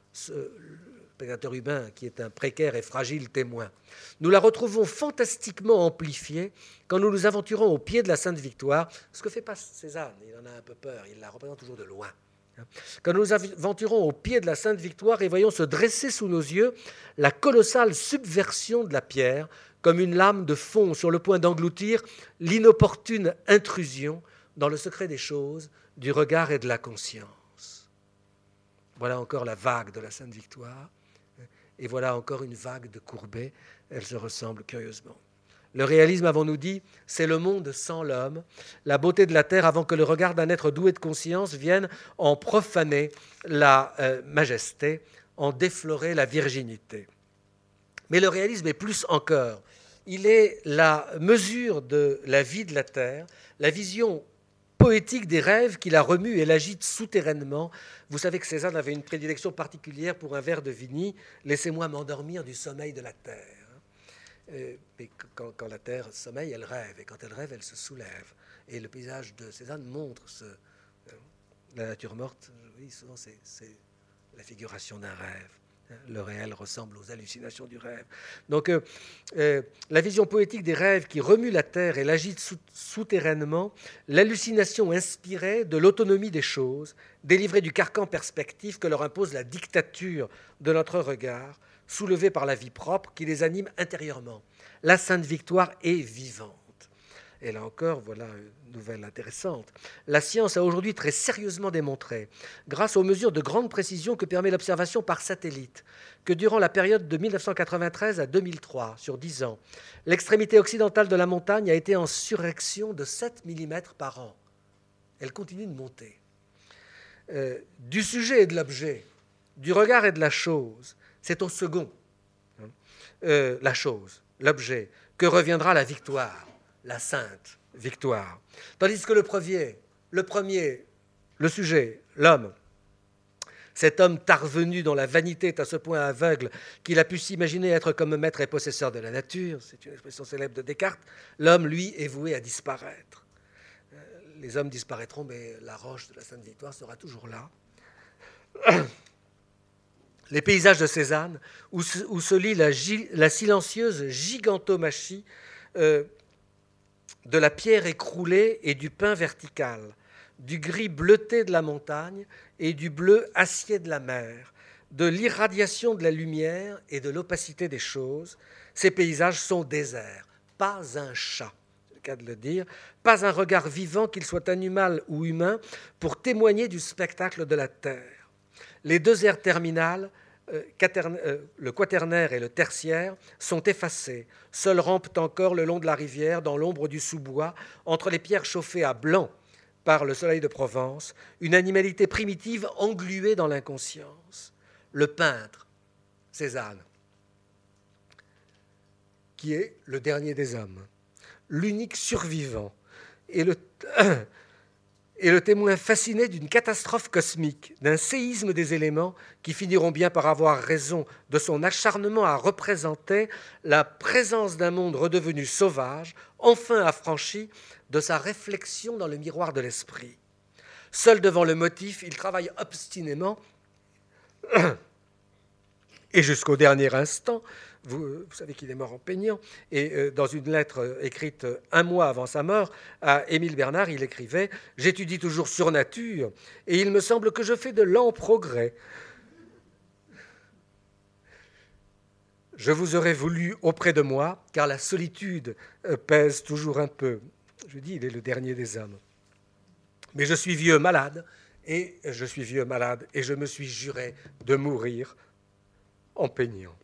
qui est un précaire et fragile témoin, nous la retrouvons fantastiquement amplifiée quand nous nous aventurons au pied de la Sainte Victoire, ce que fait pas Cézanne, il en a un peu peur, il la représente toujours de loin. Quand nous nous aventurons au pied de la Sainte Victoire et voyons se dresser sous nos yeux la colossale subversion de la pierre comme une lame de fond sur le point d'engloutir l'inopportune intrusion dans le secret des choses, du regard et de la conscience. Voilà encore la vague de la Sainte Victoire. Et voilà encore une vague de Courbet. Elles se ressemblent curieusement. Le réalisme, avons-nous dit, c'est le monde sans l'homme, la beauté de la terre avant que le regard d'un être doué de conscience vienne en profaner la majesté, en déflorer la virginité. Mais le réalisme est plus encore. Il est la mesure de la vie de la terre, la vision poétique des rêves qui la remue et l'agite souterrainement. Vous savez que Cézanne avait une prédilection particulière pour un vers de Vigny, « Laissez-moi m'endormir du sommeil de la terre ». Mais quand la terre sommeille, elle rêve, et quand elle rêve, elle se soulève. Et le paysage de Cézanne montre la nature morte, oui, souvent c'est la figuration d'un rêve. Le réel ressemble aux hallucinations du rêve. Donc, la vision poétique des rêves qui remue la terre et l'agite souterrainement, l'hallucination inspirée de l'autonomie des choses, délivrée du carcan perspectif que leur impose la dictature de notre regard, soulevée par la vie propre qui les anime intérieurement. La Sainte Victoire est vivante. Et là encore, voilà une nouvelle intéressante. La science a aujourd'hui très sérieusement démontré, grâce aux mesures de grande précision que permet l'observation par satellite, que durant la période de 1993 à 2003, sur 10 ans, l'extrémité occidentale de la montagne a été en surréaction de 7 mm par an. Elle continue de monter. Du sujet et de l'objet, du regard et de la chose, c'est au second, la chose, l'objet, que reviendra la victoire. La sainte victoire. Tandis que le premier, le sujet, l'homme, cet homme tarvenu dont la vanité est à ce point aveugle qu'il a pu s'imaginer être comme maître et possesseur de la nature, c'est une expression célèbre de Descartes, l'homme, lui, est voué à disparaître. Les hommes disparaîtront, mais la roche de la Sainte Victoire sera toujours là. Les paysages de Cézanne, où se lit la silencieuse gigantomachie de la pierre écroulée et du pain vertical, du gris bleuté de la montagne et du bleu acier de la mer, de l'irradiation de la lumière et de l'opacité des choses, ces paysages sont déserts. Pas un chat, c'est le cas de le dire, pas un regard vivant, qu'il soit animal ou humain, pour témoigner du spectacle de la terre. Les deux aires terminales, le quaternaire et le tertiaire, sont effacés. Seuls rampent encore le long de la rivière, dans l'ombre du sous-bois, entre les pierres chauffées à blanc par le soleil de Provence, une animalité primitive engluée dans l'inconscience. Le peintre, Cézanne, qui est le dernier des hommes, l'unique survivant, et le témoin fasciné d'une catastrophe cosmique, d'un séisme des éléments qui finiront bien par avoir raison de son acharnement à représenter la présence d'un monde redevenu sauvage, enfin affranchi de sa réflexion dans le miroir de l'esprit. Seul devant le motif, il travaille obstinément et jusqu'au dernier instant. Vous savez qu'il est mort en peignant, et dans une lettre écrite un mois avant sa mort à Émile Bernard, il écrivait « J'étudie toujours sur nature, et il me semble que je fais de lents progrès. Je vous aurais voulu auprès de moi, car la solitude pèse toujours un peu. » Je dis, il est le dernier des hommes. Mais je suis vieux malade, et je me suis juré de mourir en peignant.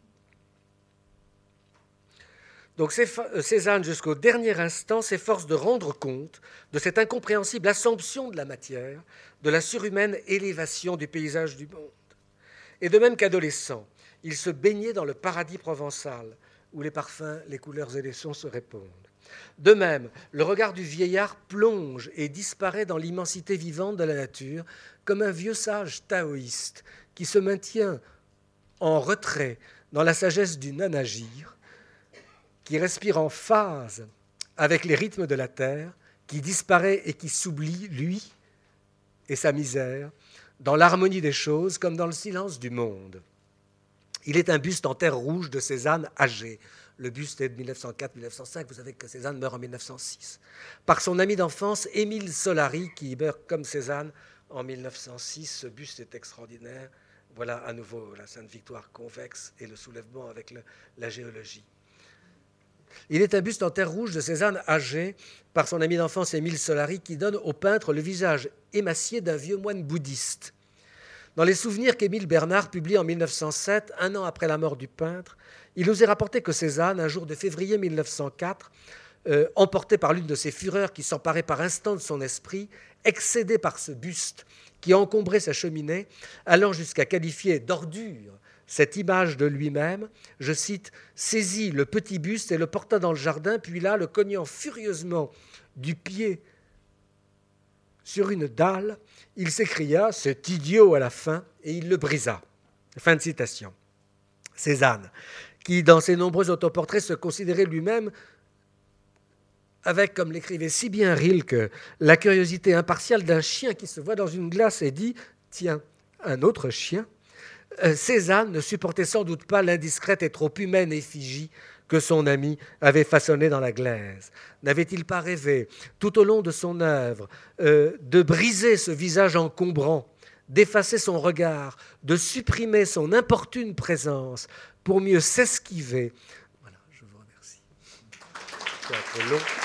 Donc Cézanne, jusqu'au dernier instant, s'efforce de rendre compte de cette incompréhensible assomption de la matière, de la surhumaine élévation du paysage du monde. Et de même qu'adolescent, il se baignait dans le paradis provençal, où les parfums, les couleurs et les sons se répondent. De même, le regard du vieillard plonge et disparaît dans l'immensité vivante de la nature, comme un vieux sage taoïste qui se maintient en retrait dans la sagesse du non-agir, qui respire en phase avec les rythmes de la terre, qui disparaît et qui s'oublie, lui et sa misère, dans l'harmonie des choses comme dans le silence du monde. Il est un buste en terre rouge de Cézanne âgé. Le buste est de 1904-1905, vous savez que Cézanne meurt en 1906. Par son ami d'enfance, Émile Solari, qui meurt comme Cézanne en 1906. Ce buste est extraordinaire. Voilà à nouveau la Sainte Victoire convexe et le soulèvement avec la géologie. Il est un buste en terre rouge de Cézanne âgé par son ami d'enfance Émile Solari qui donne au peintre le visage émacié d'un vieux moine bouddhiste. Dans les souvenirs qu'Émile Bernard publie en 1907, un an après la mort du peintre, il nous est rapporté que Cézanne, un jour de février 1904, emporté par l'une de ces fureurs qui s'emparait par instant de son esprit, excédé par ce buste qui encombrait sa cheminée, allant jusqu'à qualifier d'ordure cette image de lui-même, je cite, « saisit le petit buste et le porta dans le jardin, puis là, le cognant furieusement du pied sur une dalle, il s'écria « c'est idiot » à la fin, et il le brisa. » Fin de citation. Cézanne, qui dans ses nombreux autoportraits se considérait lui-même avec, comme l'écrivait si bien Rilke, la curiosité impartiale d'un chien qui se voit dans une glace et dit « tiens, un autre chien ». Cézanne ne supportait sans doute pas l'indiscrète et trop humaine effigie que son ami avait façonnée dans la glaise. N'avait-il pas rêvé, tout au long de son œuvre, de briser ce visage encombrant, d'effacer son regard, de supprimer son importune présence pour mieux s'esquiver? Voilà, je vous remercie. C'est un peu long.